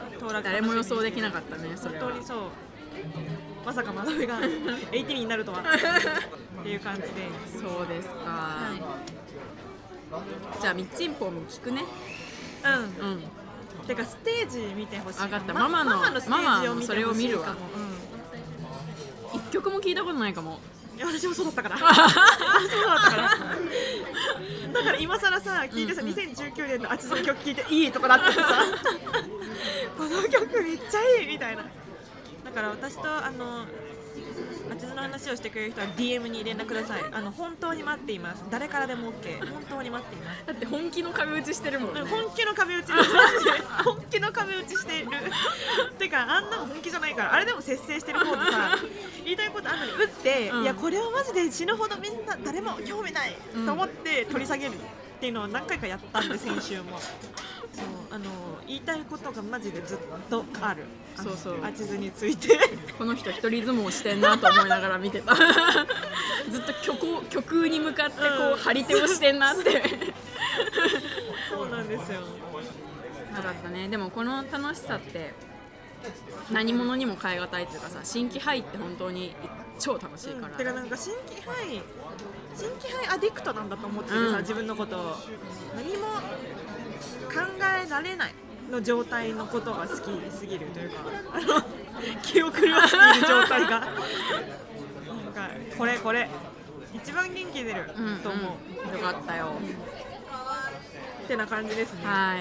当落誰も予想できなかったね。それは本当にそう。まさかまなべがエイティニーになるとはっていう感じで。 そうですか、はい、じゃあみっちんぽんも聞くね。 うん、うん、てかステージ見てほしい。 分かった、ママのママのステージを見てほしいかも。それを見るわ。一曲も聞いたことないかも。 いや私もそうだったからそうだったからだから今更さ聞いてさ、うんうん、にせんじゅうきゅうねんのあちずの曲聞いていいとかだってさこの曲めっちゃいいみたいな。だから私とあのあちずの話をしてくれる人は ディーエム に連絡ください。あの本当に待っています。誰からでも OK。 本当に待っています。 だって本気の壁打ちしてるもんね。 本気の壁打ち本気の壁打ちしてるてかあんなの本気じゃないから。あれでも節制してる方でさ言いたいことあんのに打って、うん、いやこれはマジで死ぬほどみんな誰も興味ないと思って取り下げるっていうのを何回かやったんで先週もそうあの言いたいことがマジでずっとある。 そうそうあちずについてこの人一人相撲してんなと思いながら見てたずっと 曲, 曲に向かってこう、うん、張り手をしてんなってそうなんですよ。 なかったね。でもこの楽しさって何者にも代え難いっていうかさ、新規入って本当に超楽しいから、うん、 てかなんか新規入新規入アディクトなんだと思ってるさ、うん、自分のことを何も考えられないの状態のことが好きすぎるというかあの気を狂わせている状態がなんかこれこれ一番元気出ると思う、 うんうん、よかったよってな感じですね。 はい。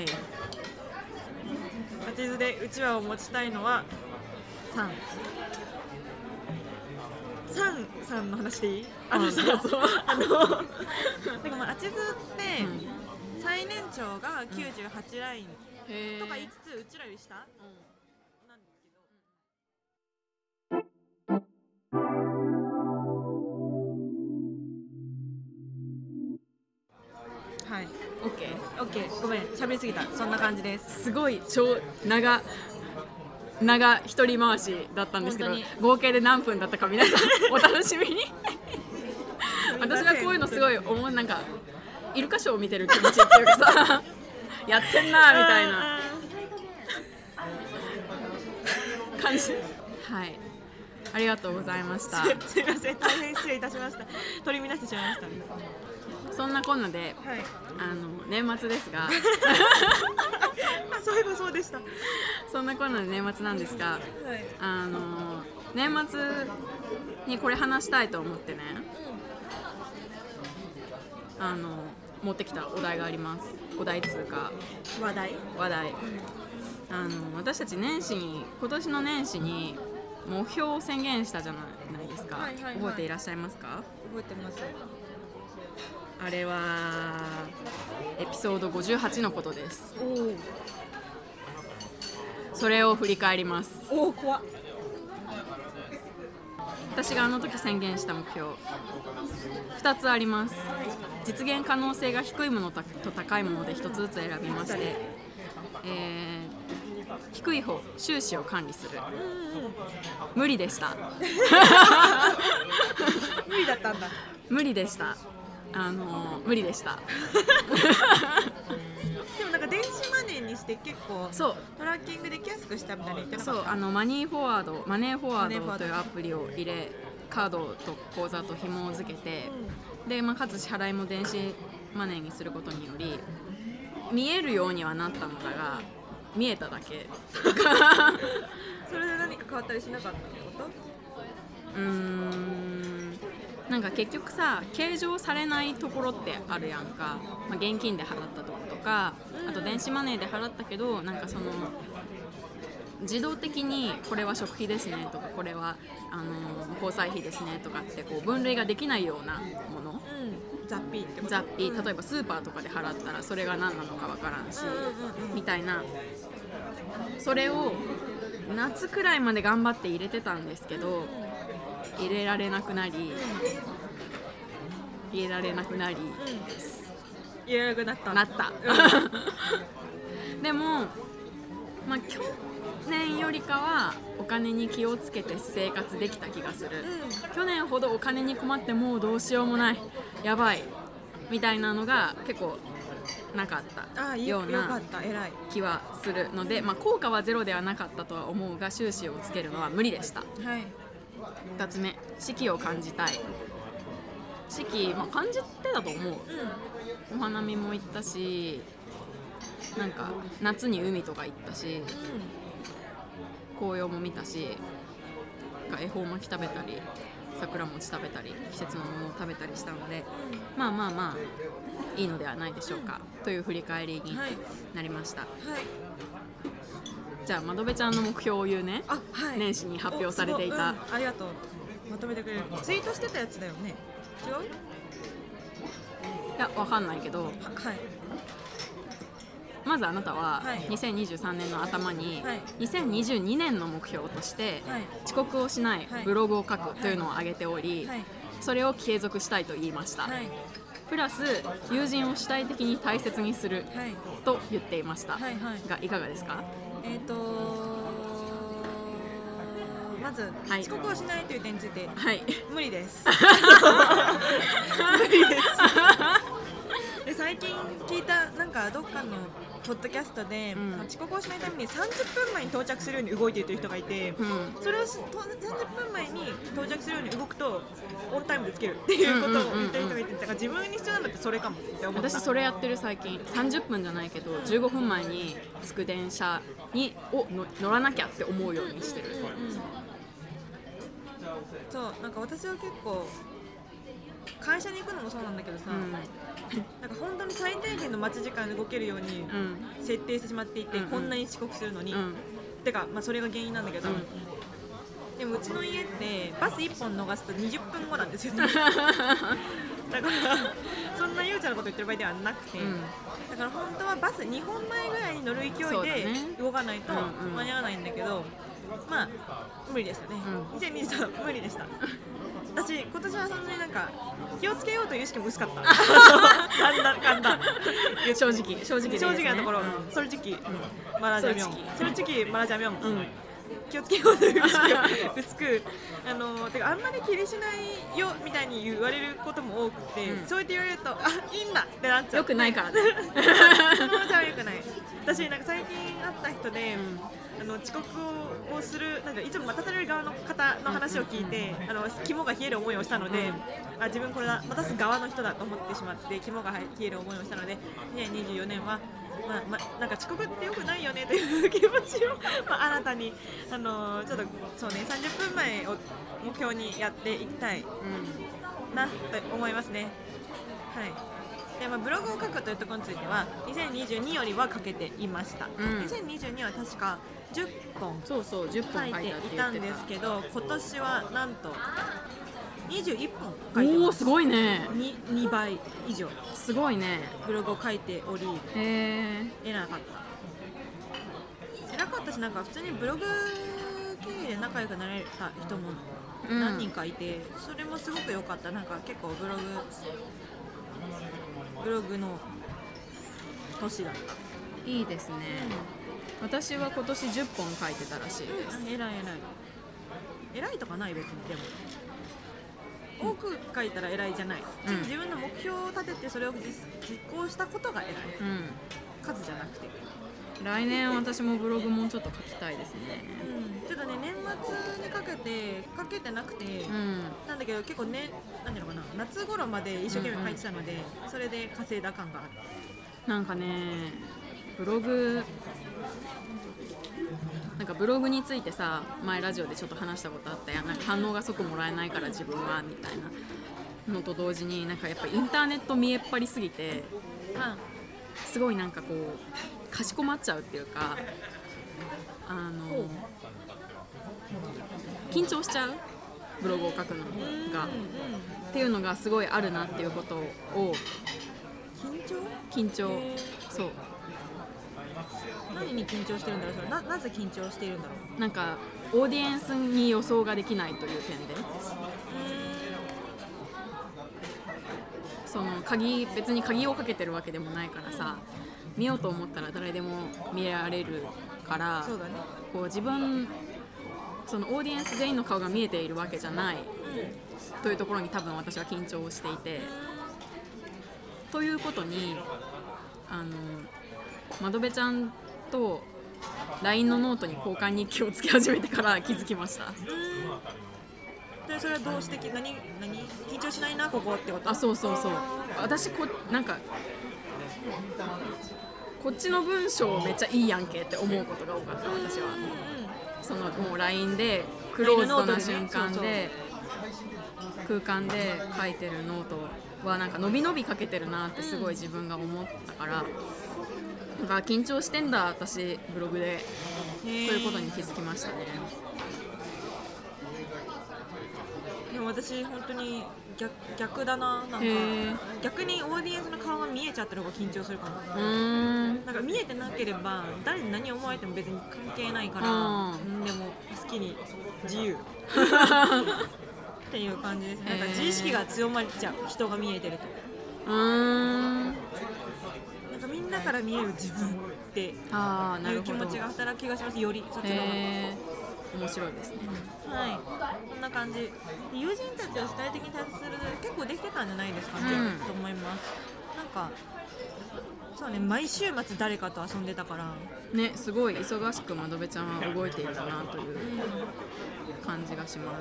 あちずでうちわを持ちたいのはさんさんさんの話でいい？あのさ、あのなんかまああちずって、うん、最年長がきゅうじゅうはちラインとか言いつつうちらより下、うん、なんですけど、はい、 オッケー、 オッケー、ごめん、喋りすぎた。そんな感じです。 すごい超長長一人回しだったんですけど、合計で何分だったか皆さんお楽しみに私はこういうのすごい思う、なんかイルカショーを見てる気持ちっていうかさやってんなみたいな感じはい、ありがとうございました。 すいません、大変失礼いたしました。取り乱してしまいましたね。 そんなこんなで、 はい、 あの年末ですがあ、そういえばそうでした。 そんなこんなで年末なんですが、 はい、 あの年末にこれ話したいと思ってね、うん、あの持ってきたお題があります。お題つうか話題話題、うん、あの私たち年始に今年の年始に目標を宣言したじゃないですか、はいはいはい、覚えていらっしゃいますか？ 覚えてます。 あれはエピソードごじゅうはちのことです。 おそれを振り返ります。 おー、怖っ。 私があの時宣言した目標ふたつあります。実現可能性が低いものと高いものでひとつずつ選びまして、えー、低い方、収支を管理する。無理でした無理だったんだ。 無理でした。あのー、無理でしたでもなんか電子マネーにして結構そうトラッキングできやすくしたみたいな言ってなかった？ そう、あのマニーフォワードマネーフォワードというアプリを入れ、カードと口座と紐を付けて、うん、で、まあ、かつ支払いも電子マネーにすることにより見えるようにはなったのだが見えただけそれで何か変わったりしなかったってこと？ うーん、なんか結局さ、計上されないところってあるやんか、まあ、現金で払ったところとか、あと電子マネーで払ったけど、なんかその自動的にこれは食費ですねとか、これはあの交際費ですねとかってこう分類ができないようなもの、 うん、雑費ってこと？ 雑費、例えばスーパーとかで払ったらそれが何なのか分からんし、みたいな、それを夏くらいまで頑張って入れてたんですけど、入れられなくなり入れられなくなり、うん、 入れられなくなったなった、うん、でも、まあ、去年よりかはお金に気をつけて生活できた気がする、うん、去年ほどお金に困ってもうどうしようもない、やばいみたいなのが結構なかったような気はするので、まあ、効果はゼロではなかったとは思うが、収支をつけるのは無理でした。 はい、 ふたつめ、四季を感じたい。四季、まあ、感じてたと思う、うん、お花見も行ったし、なんか夏に海とか行ったし、うん、紅葉も見たし、恵方巻き食べたり桜餅食べたり季節のものを食べたりしたので、うん、まあまあまあいいのではないでしょうか、うん、という振り返りになりました。はいはい、じゃあ窓辺ちゃんの目標を言うね。あ、はい、年始に発表されていた、うん、 ありがとう。まとめてくれる。ツイートしてたやつだよね。違う？ いや、わかんないけど、は、はい、まずあなたはにせんにじゅうさんねんの頭ににせんにじゅうにねんの目標として遅刻をしないブログを書くというのを挙げており、それを継続したいと言いました。プラス友人を主体的に大切にすると言っていましたが、いかがですか？ えーとまず、はい、遅刻をしないという点について、はい、無理です無理ですで最近聞いたなんかどっかのポッドキャストで、うん、遅刻をしないためにさんじゅっぷんまえに到着するように動いているという人がいて、うん、それをさんじゅっぷんまえに到着するように動くとオンタイムでつけるっていうことを言ってる人がいて、だから自分に必要なのってそれかもって思った。 私それやってる。最近さんじゅっぷんじゃないけどじゅうごふんまえに着く電車にを乗らなきゃって思うようにしてる、うんうん、 そうなんか私は結構会社に行くのもそうなんだけどさ、うん、なんか本当に最低限の待ち時間で動けるように設定してしまっていて、うん、こんなに遅刻するのに、うん、てか、まあ、それが原因なんだけど、うん、でもうちの家ってバスいっぽん逃すとにじゅっぷんごなんですよねだからそんなゆうちゃんのこと言ってる場合ではなくて、うん、だから本当はバスにほんまえぐらいに乗る勢いで動かないと間に合わないんだけど、まあ無理でしたね、うん、にせんにじゅうさん無理でした私今年はそんなになんか気をつけようという意識も薄かった簡単簡単正直正直、ね、 正直なところ、うん、솔직히、うん、マラジャミョン솔직히マラジャミョン、 気をつけようという意識を薄くあのてかあんまり気にしないよみたいに言われることも多くて、うん、そうやって言われるとあいいんだってなっちゃう。 よくないからねそのじゃよくない。私なんか最近会った人で、うん、あの遅刻をするなんかいつも待たされる側の方の話を聞いて、うんうんうん、あの肝が冷える思いをしたので、うん、あ自分これだ待たす側の人だと思ってしまって肝が冷える思いをしたのでにせんにじゅうよねんはまあまあ、なんか遅刻ってよくないよねという気持ちを、まあ、新たに、あのー、ちょっとそう、ね、さんじゅっぷんまえを目標にやっていきたい、うん、なと思いますね。はいでまあ、ブログを書くというところについてはにせんにじゅうによりは書けていました、うん、にせんにじゅうには確かじゅっぽんそうそうじゅっぽん書いていたんですけど今年はなんとにじゅういっぽん書いてます。 おーすごいね。 に, にばい以上すごいね。 ブログを書いておりへー偉かった偉かったしなんか普通にブログ経営で仲良くなれた人も何人かいて、うん、それもすごく良かった。なんか結構ブログブログの年だった。 いいですね、うん、私は今年じゅっぽん書いてたらしいです、 うん、偉い偉い偉いとかない別に。でも多く書いたら偉いじゃない、うん、自分の目標を立ててそれを 実, 実行したことが偉い、うん、数じゃなくて。 来年私もブログもうちょっと書きたいですね、 うん、ちょっとね年末にかけてかけてなくて、うん、なんだけど結構ねなんていうのかな夏頃まで一生懸命書いてたので、うんうん、それで稼いだ感がある。 なんかねブログなんかブログについてさ前ラジオでちょっと話したことあったやん。なんか反応が即もらえないから自分はみたいなのと同時になんかやっぱインターネット見えっ張りすぎて、うん、すごいなんかこうかしこまっちゃうっていうかあの緊張しちゃうブログを書くのがっていうのがすごいあるなっていうことを緊張？ 緊張そう何に緊張してるんだろうそれ な, なぜ緊張しているんだろう。なんかオーディエンスに予想ができないという点でその鍵別に鍵をかけてるわけでもないからさ見ようと思ったら誰でも見られるからそうだね、 こう自分そのオーディエンス全員の顔が見えているわけじゃない、うん、というところに多分私は緊張をしていて、ということにあの窓辺ちゃんと ライン のノートに交換日記をつけ始めてから気づきました。 でそれはどうして何何緊張しないなここってこと？ あそうそうそう私こなんかこっちの文章めっちゃいいやんけって思うことが多かった私は。そのもう ライン でクローズドな瞬間で空間で書いてるノートはなんか伸び伸び書けてるなってすごい自分が思ったから、なんか緊張してんだ私ブログでということに気づきましたね。 でも私本当に 逆, 逆だな、なんか逆にオーディエンスの顔が見えちゃってる方が緊張するかな。うーんなんか見えてなければ誰に何を思われても別に関係ないから、うんでも好きに自由っていう感じですね。なんか自意識が強まっちゃう人が見えてると。うーんなんかみんなから見える自分っていう気持ちが働く気がします。よりそっちの方が面白いですね。 はい、こんな感じ。友人たちを主体的に対する結構できてたんじゃないですかね、うん、と思います。なんかそうね、毎週末誰かと遊んでたからね、すごい忙しく窓辺ちゃんは動いていたなという感じがします。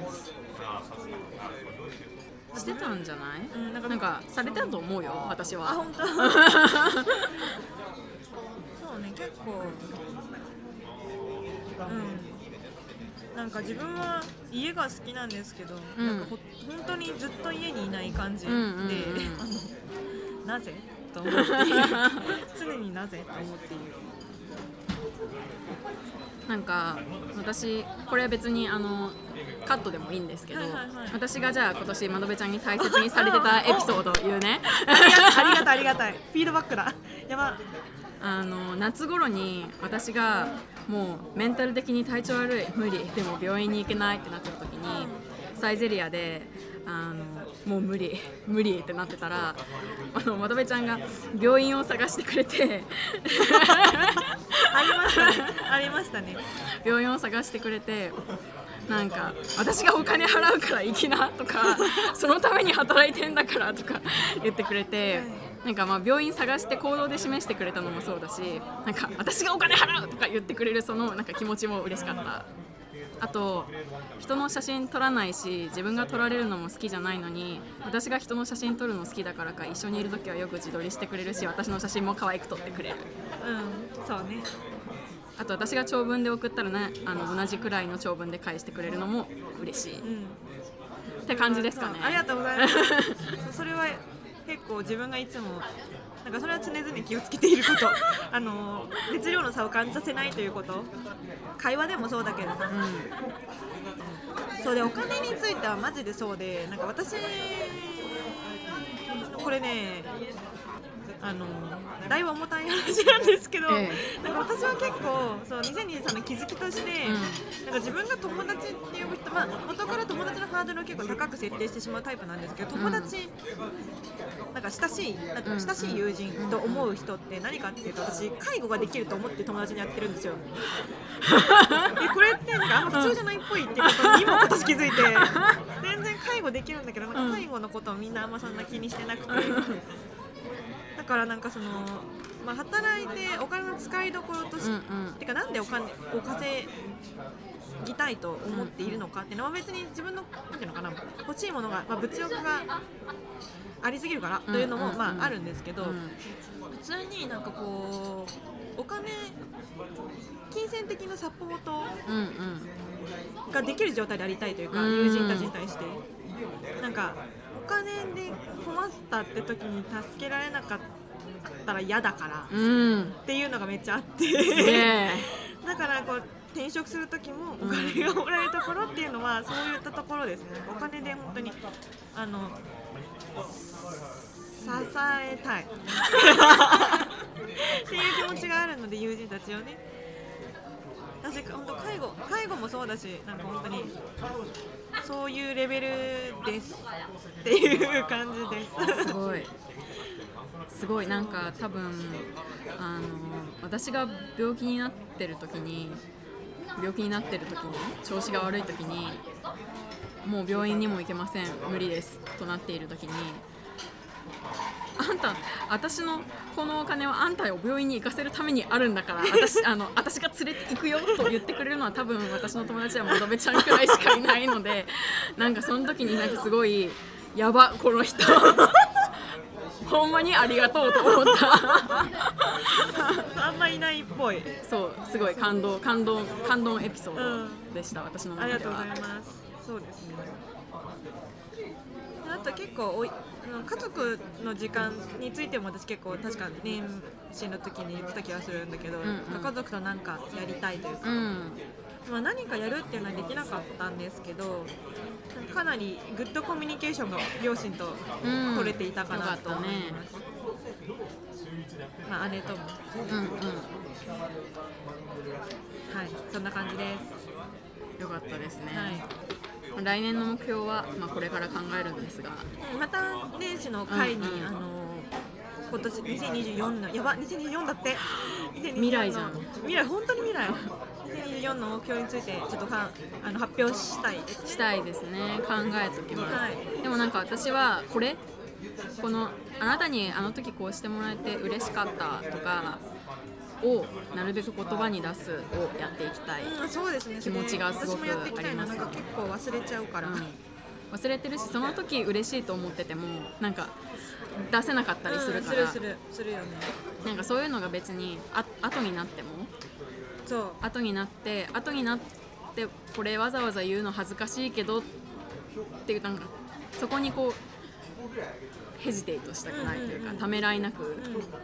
してたんじゃない？うん、なんか、なんかされたと思うよ私は。あ、本当。そうね、結構うんなんか自分は家が好きなんですけど、うん、なんかほ本当にずっと家にいない感じで、うんうんうん、あのなぜと思っている常になぜと思っている。 なんか私これは別にあのカットでもいいんですけど、はいはいはい、私がじゃあ今年窓辺ちゃんに大切にされてたエピソードを言うね。 ありがたいありがたいフィードバックだ。やば。 あの夏頃に私がもうメンタル的に体調悪い無理でも病院に行けないってなった時にサイゼリヤであのもう無理無理ってなってたら、あのまどべちゃんが病院を探してくれてありましたねありましたね病院を探してくれて、なんか私がお金払うから行きなとかそのために働いてんだからとか言ってくれて、なんかまあ病院探して行動で示してくれたのもそうだし、なんか私がお金払うとか言ってくれるそのなんか気持ちも嬉しかった。あと人の写真撮らないし自分が撮られるのも好きじゃないのに、私が人の写真撮るの好きだからか一緒にいるときはよく自撮りしてくれるし、私の写真も可愛く撮ってくれる。 うんそうね。 あと私が長文で送ったらね、あの同じくらいの長文で返してくれるのも嬉しい、うん、って感じですかね。 ありがとうございますそれは結構自分がいつもなんかそれは常々気をつけていることあの熱量の差を感じさせないということ、会話でもそうだけどさ、うん、そうでお金についてはマジでそうで、なんか私これねあのだいぶ重たい話なんですけど、ええ、なんか私は結構そうにせんにじゅうさんの気づきとして、うん、なんか自分が友達って呼ぶ人、まあ、元から友達のハードルを結構高く設定してしまうタイプなんですけど、友達、うん、なんか親しいなんか親しい友人と思う人って何かっていうと、私介護ができると思って友達にやってるんですよでこれってなんかあんま普通じゃないっぽいっていうことに今今年気づいて全然介護できるんだけど、なんか介護のことをみんなあんまそんな気にしてなくてだからなんかその、まあ、働いてお金の使いどころとして、うんうん、てかなんでお金を稼ぎたいと思っているのかっていうのは別に自分のなんていうのかな、欲しいものが、まあ、物欲がありすぎるからというのも、まあ、あるんですけど、うんうん、普通になんかこうお金金銭的なサポートができる状態でありたいというか、うんうん、友人たちに対してなんかお金で困ったって時に助けられなかったら嫌だから、うん、っていうのがめっちゃあってだからこう転職する時もお金がもらえるところっていうのはそういったところですね。お金で本当にあの支えたいっていう気持ちがあるので、友人たちをね、私本当介護介護もそうだし、なんか本当にそういうレベルですっていう感じです。 すごいすごいなんか多分あの私が病気になってる時に病気になってる時に調子が悪い時にもう病院にも行けません無理ですとなっている時に、あんた私のこのお金はあんたを病院に行かせるためにあるんだから私あの私が連れて行くよと言ってくれるのは多分私の友達はまどべちゃんくらいしかいないので、なんかその時になんかすごいやばこの人ほんまにありがとうと思ったあんまいないっぽい。 そうすごい感動感動感動エピソードでした、うん、私の中では。 ありがとうございます。そうですね。あと結構おい家族の時間についても私結構確か年始の時に言ってた気がするんだけど、うんうん、家族と何かやりたいというか、うん、まあ、何かやるっていうのはできなかったんですけど、かなりグッドコミュニケーションが両親と取れていたかなと思います、うんね、まあ、姉とも、うんうん、はいそんな感じです。 よかったですね、はい、来年の目標は、まあ、これから考えるんですが、 また年始の会に、うんうん、あの今年にせんにじゅうよんのやばにせんにじゅうよんだって未来じゃん。 未来本当に未来にせんにじゅうよんの目標についてちょっとかあの発表したいですね。 したいですね。考えておきます、はい、でもなんか私はこれこのあなたにあの時こうしてもらえて嬉しかったとかをなるべく言葉に出すをやっていきたい、 うん、そうですね、 気持ちがすごくあります。 なんか結構忘れちゃうから、うん、 忘れてるしその時嬉しいと思っててもなんか出せなかったりするから、うん、 するするするよね。 なんかそういうのが別にあ後になってもそう後になって後になってこれわざわざ言うの恥ずかしいけどっていうなんかそこにこうヘジテイトしたくないというか、うんうんうん、ためらいなく、うん、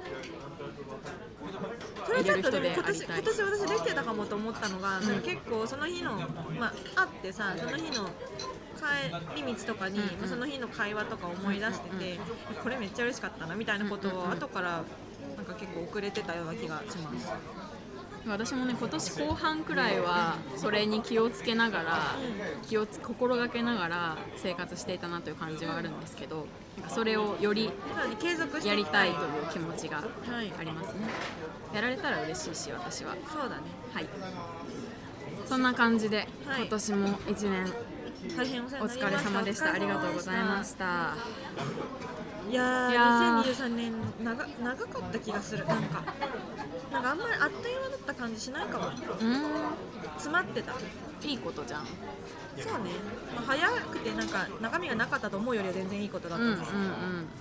それちょっとでも今年今年私できてたかもと思ったのが、うん、結構その日のまあ会ってさその日の帰り道とかに、うんうん、その日の会話とか思い出してて、うんうん、これめっちゃ嬉しかったなみたいなことを後からなんか結構遅れてたような気がします。 私もね今年後半くらいはそれに気をつけながら、うん、気をつ心がけながら生活していたなという感じはあるんですけど、なんかそれをよりやりたいという気持ちがありますね、はい、やられたら嬉しいし私はそうだね、 はい、そんな感じで、はい、今年もいちねん大変お世話おになりました。 疲れ様でした。ありがとうございました。 いやー、 いやーにせんにじゅうさんねん長、長かった気がする。なんかなんかあんまりあっという間だった感じしないかも。うーん詰まってた。 いいことじゃん。 そうね、まあ、早くてなんか中身がなかったと思うよりは全然いいことだったんです、 うんうんうん、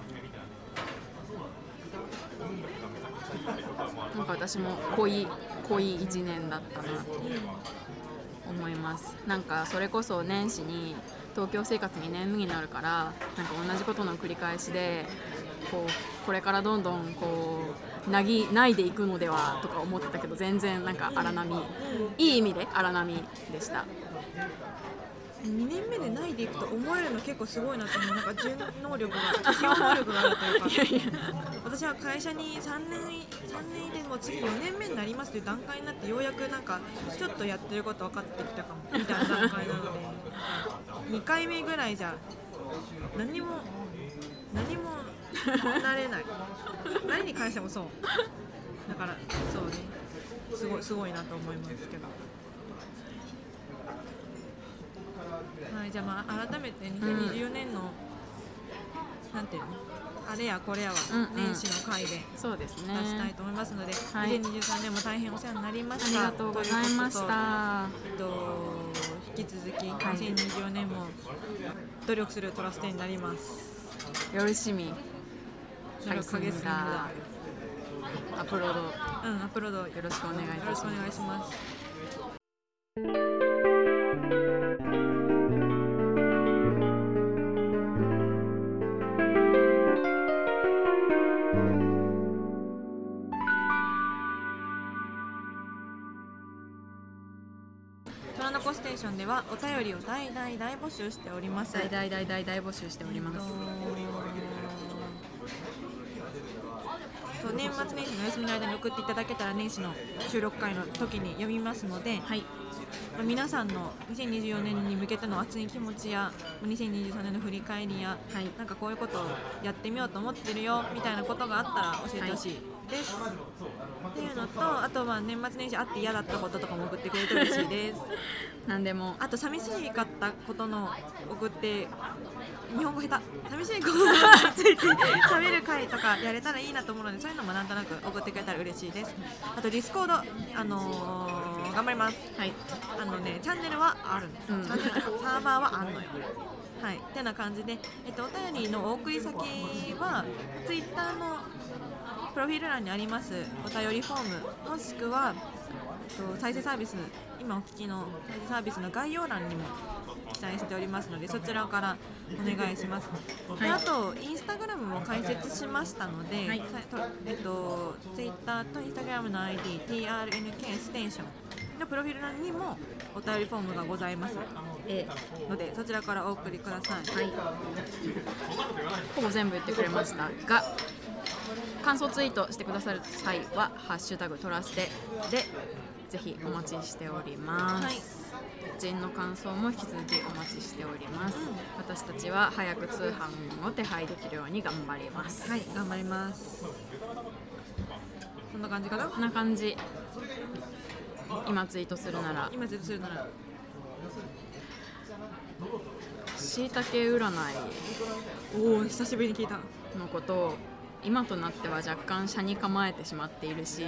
なんか私も濃い濃いいちねんだったなと思います。なんかそれこそ年始に東京生活にねんめになるからなんか同じことの繰り返しでこうこれからどんどんこうなぎないでいくのではとか思ってたけど全然なんか荒波、いい意味で荒波でした。 にねんめでないでいくと思えるの結構すごいなと思う。なんか順能力が適応能力があるというかいやいや私は会社にさんねんさんねんでもう次よねんめになりますという段階になってようやくなんかちょっとやってること分かってきたかもみたいな段階なのでにかいめぐらいじゃ何も何もなれない何に関してもそうだからそうねすごいすごいなと思いますけど、はい、じゃあまあ改めてにせんにじゅうよねんの、うん、なんていうのあれやこれやは年始の回で出したいと思いますので、 はい、 にせんにじゅうさんねんも大変お世話になりました。 ありがとうございました。 えっと引き続きにせんにじゅうよねんも努力するトラステになります。 よろしみ努力影すぎだ。 アップロード、 うん、アップロードよろしくお願いいたします。 よろしくお願いします。虎の子ステーションではお便りを大大大募集しております。 大大大大大募集しております。 えっと、年末年始のお休みの間に送っていただけたら年始の収録会の時に読みますので、 はい、 まあ、皆さんのにせんにじゅうよねんに向けての熱い気持ちやにせんにじゅうさんねんの振り返りや、はい、なんかこういうことをやってみようと思ってるよみたいなことがあったら教えてほしいです、はい、っていうのと、あとは年末年始あって嫌だったこととかも送ってくれると嬉しいです何でも。 あと寂しかったことの送って日本語下手寂しいことについて喋る会とかやれたらいいなと思うので、そういうのもなんとなく送ってくれたら嬉しいです。あとディスコード、あのー、頑張ります。はい、あのねチャンネルはあるんです、うん、チャンネルとかサーバーはあるのよ。はい、ってな感じで、えっと、お便りのお送り先はツイッターのプロフィール欄にありますお便りフォーム、もしくは、えっと、再生サービス、今お聞きの再生サービスの概要欄にも記載しておりますので、そちらからお願いします。はい、であとインスタグラムも開設しましたので、はい、えっと、ツイッターとインスタグラムの アイディー ティーアールエヌケー ステーションのプロフィール欄にもお便りフォームがございますので、そちらからお送りください。はい、 ほぼ全部言ってくれましたが、感想ツイートしてくださる際はハッシュタグトラステでぜひお待ちしております。はい、ジンの感想も引き続きお待ちしております。うん、私たちは早く通販を手配できるように頑張ります。 はい、頑張ります。こんな感じかな。 こんな感じ。今ツイートするなら今ツイートするならしいたけ占い、 おお久しぶりに聞いたのことを今となっては若干車に構えてしまっているし、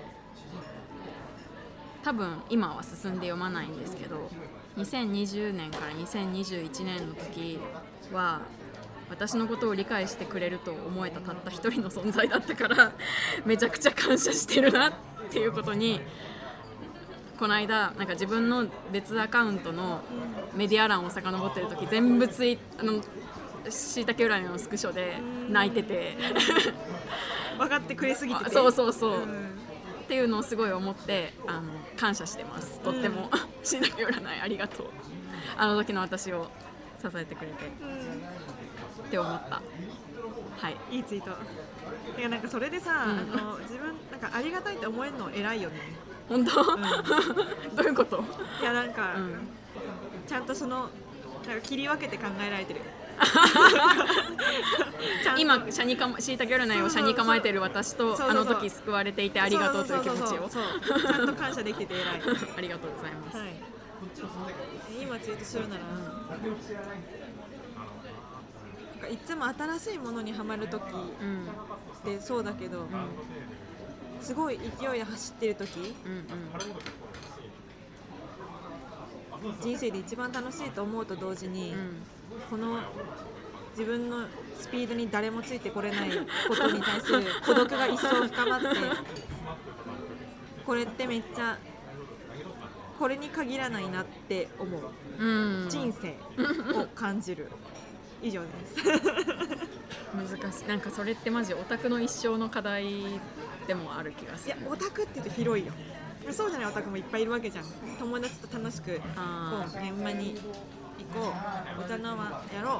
多分今は進んで読まないんですけど、にせんにじゅうねんからにせんにじゅういちねんの時は私のことを理解してくれると思えたたった一人の存在だったからめちゃくちゃ感謝してるなっていうことに、この間なんか自分の別アカウントのメディア欄を遡ってる時全部ツイあのしいたけ占いのスクショで泣いてて分かってくれすぎてて、 そうそうそう、うん、っていうのをすごい思ってあの感謝してます。とってもしいたけ占いありがとう、あの時の私を支えてくれて、うん、って思った。はい、 いいツイート。いやなんかそれでさ、うん、あの自分なんかありがたいって思えるの偉いよね。 本当、うん、どういうこと？ いやなんか、 うん、 ちゃんとそのなんか切り分けて考えられてる今シャにかしいたけ占いをシャに構えてる私とそうそうそうあの時救われていてありがとうという気持ちをちゃんと感謝できてて偉いありがとうございます、はい、 今ツイートするなら、なんかいつも新しいものにハマる時ってそうだけど、うん、すごい勢いで走ってる時、うんうん、人生で一番楽しいと思うと同時に、うん、この自分のスピードに誰もついてこれないことに対する孤独が一層深まってこれってめっちゃこれに限らないなって思う、うん、人生を感じる以上です難しい。なんかそれってマジオタクの一生の課題でもある気がする。 いやオタクって言うと広いよ。そうじゃないオタクもいっぱいいるわけじゃん。友達と楽しくこう現場に行こう、歌の輪やろう、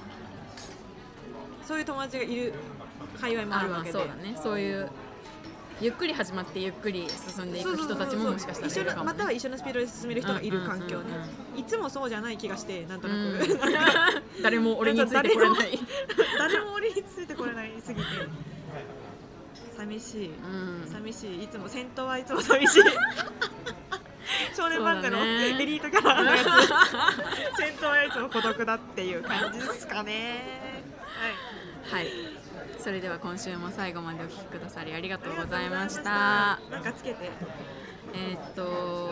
そういう友達がいる界隈もあるわけで、 そうだね、そういうゆっくり始まってゆっくり進んでいく人たちももしかしたらいるかも、ね、 または一緒のスピードで進める人がいる環境ね、うんうんうんうん、いつもそうじゃない気がしてなんとなく、うん、 誰も俺についてこれない誰も俺についてこれないすぎて寂しい、うん、寂しい。いつも戦闘はいつも寂しい少年漫画のエリートキャラのやつ戦闘はいつも孤独だっていう感じですかね。 はい、はい、それでは今週も最後までお聞きくださりありがとうございました。 なんかつけてえー、っと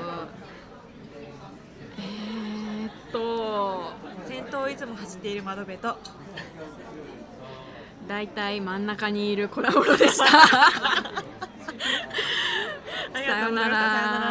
えー、っと先頭をいつも走っている窓辺とだいたい真ん中にいるコラボロでしたさよなら。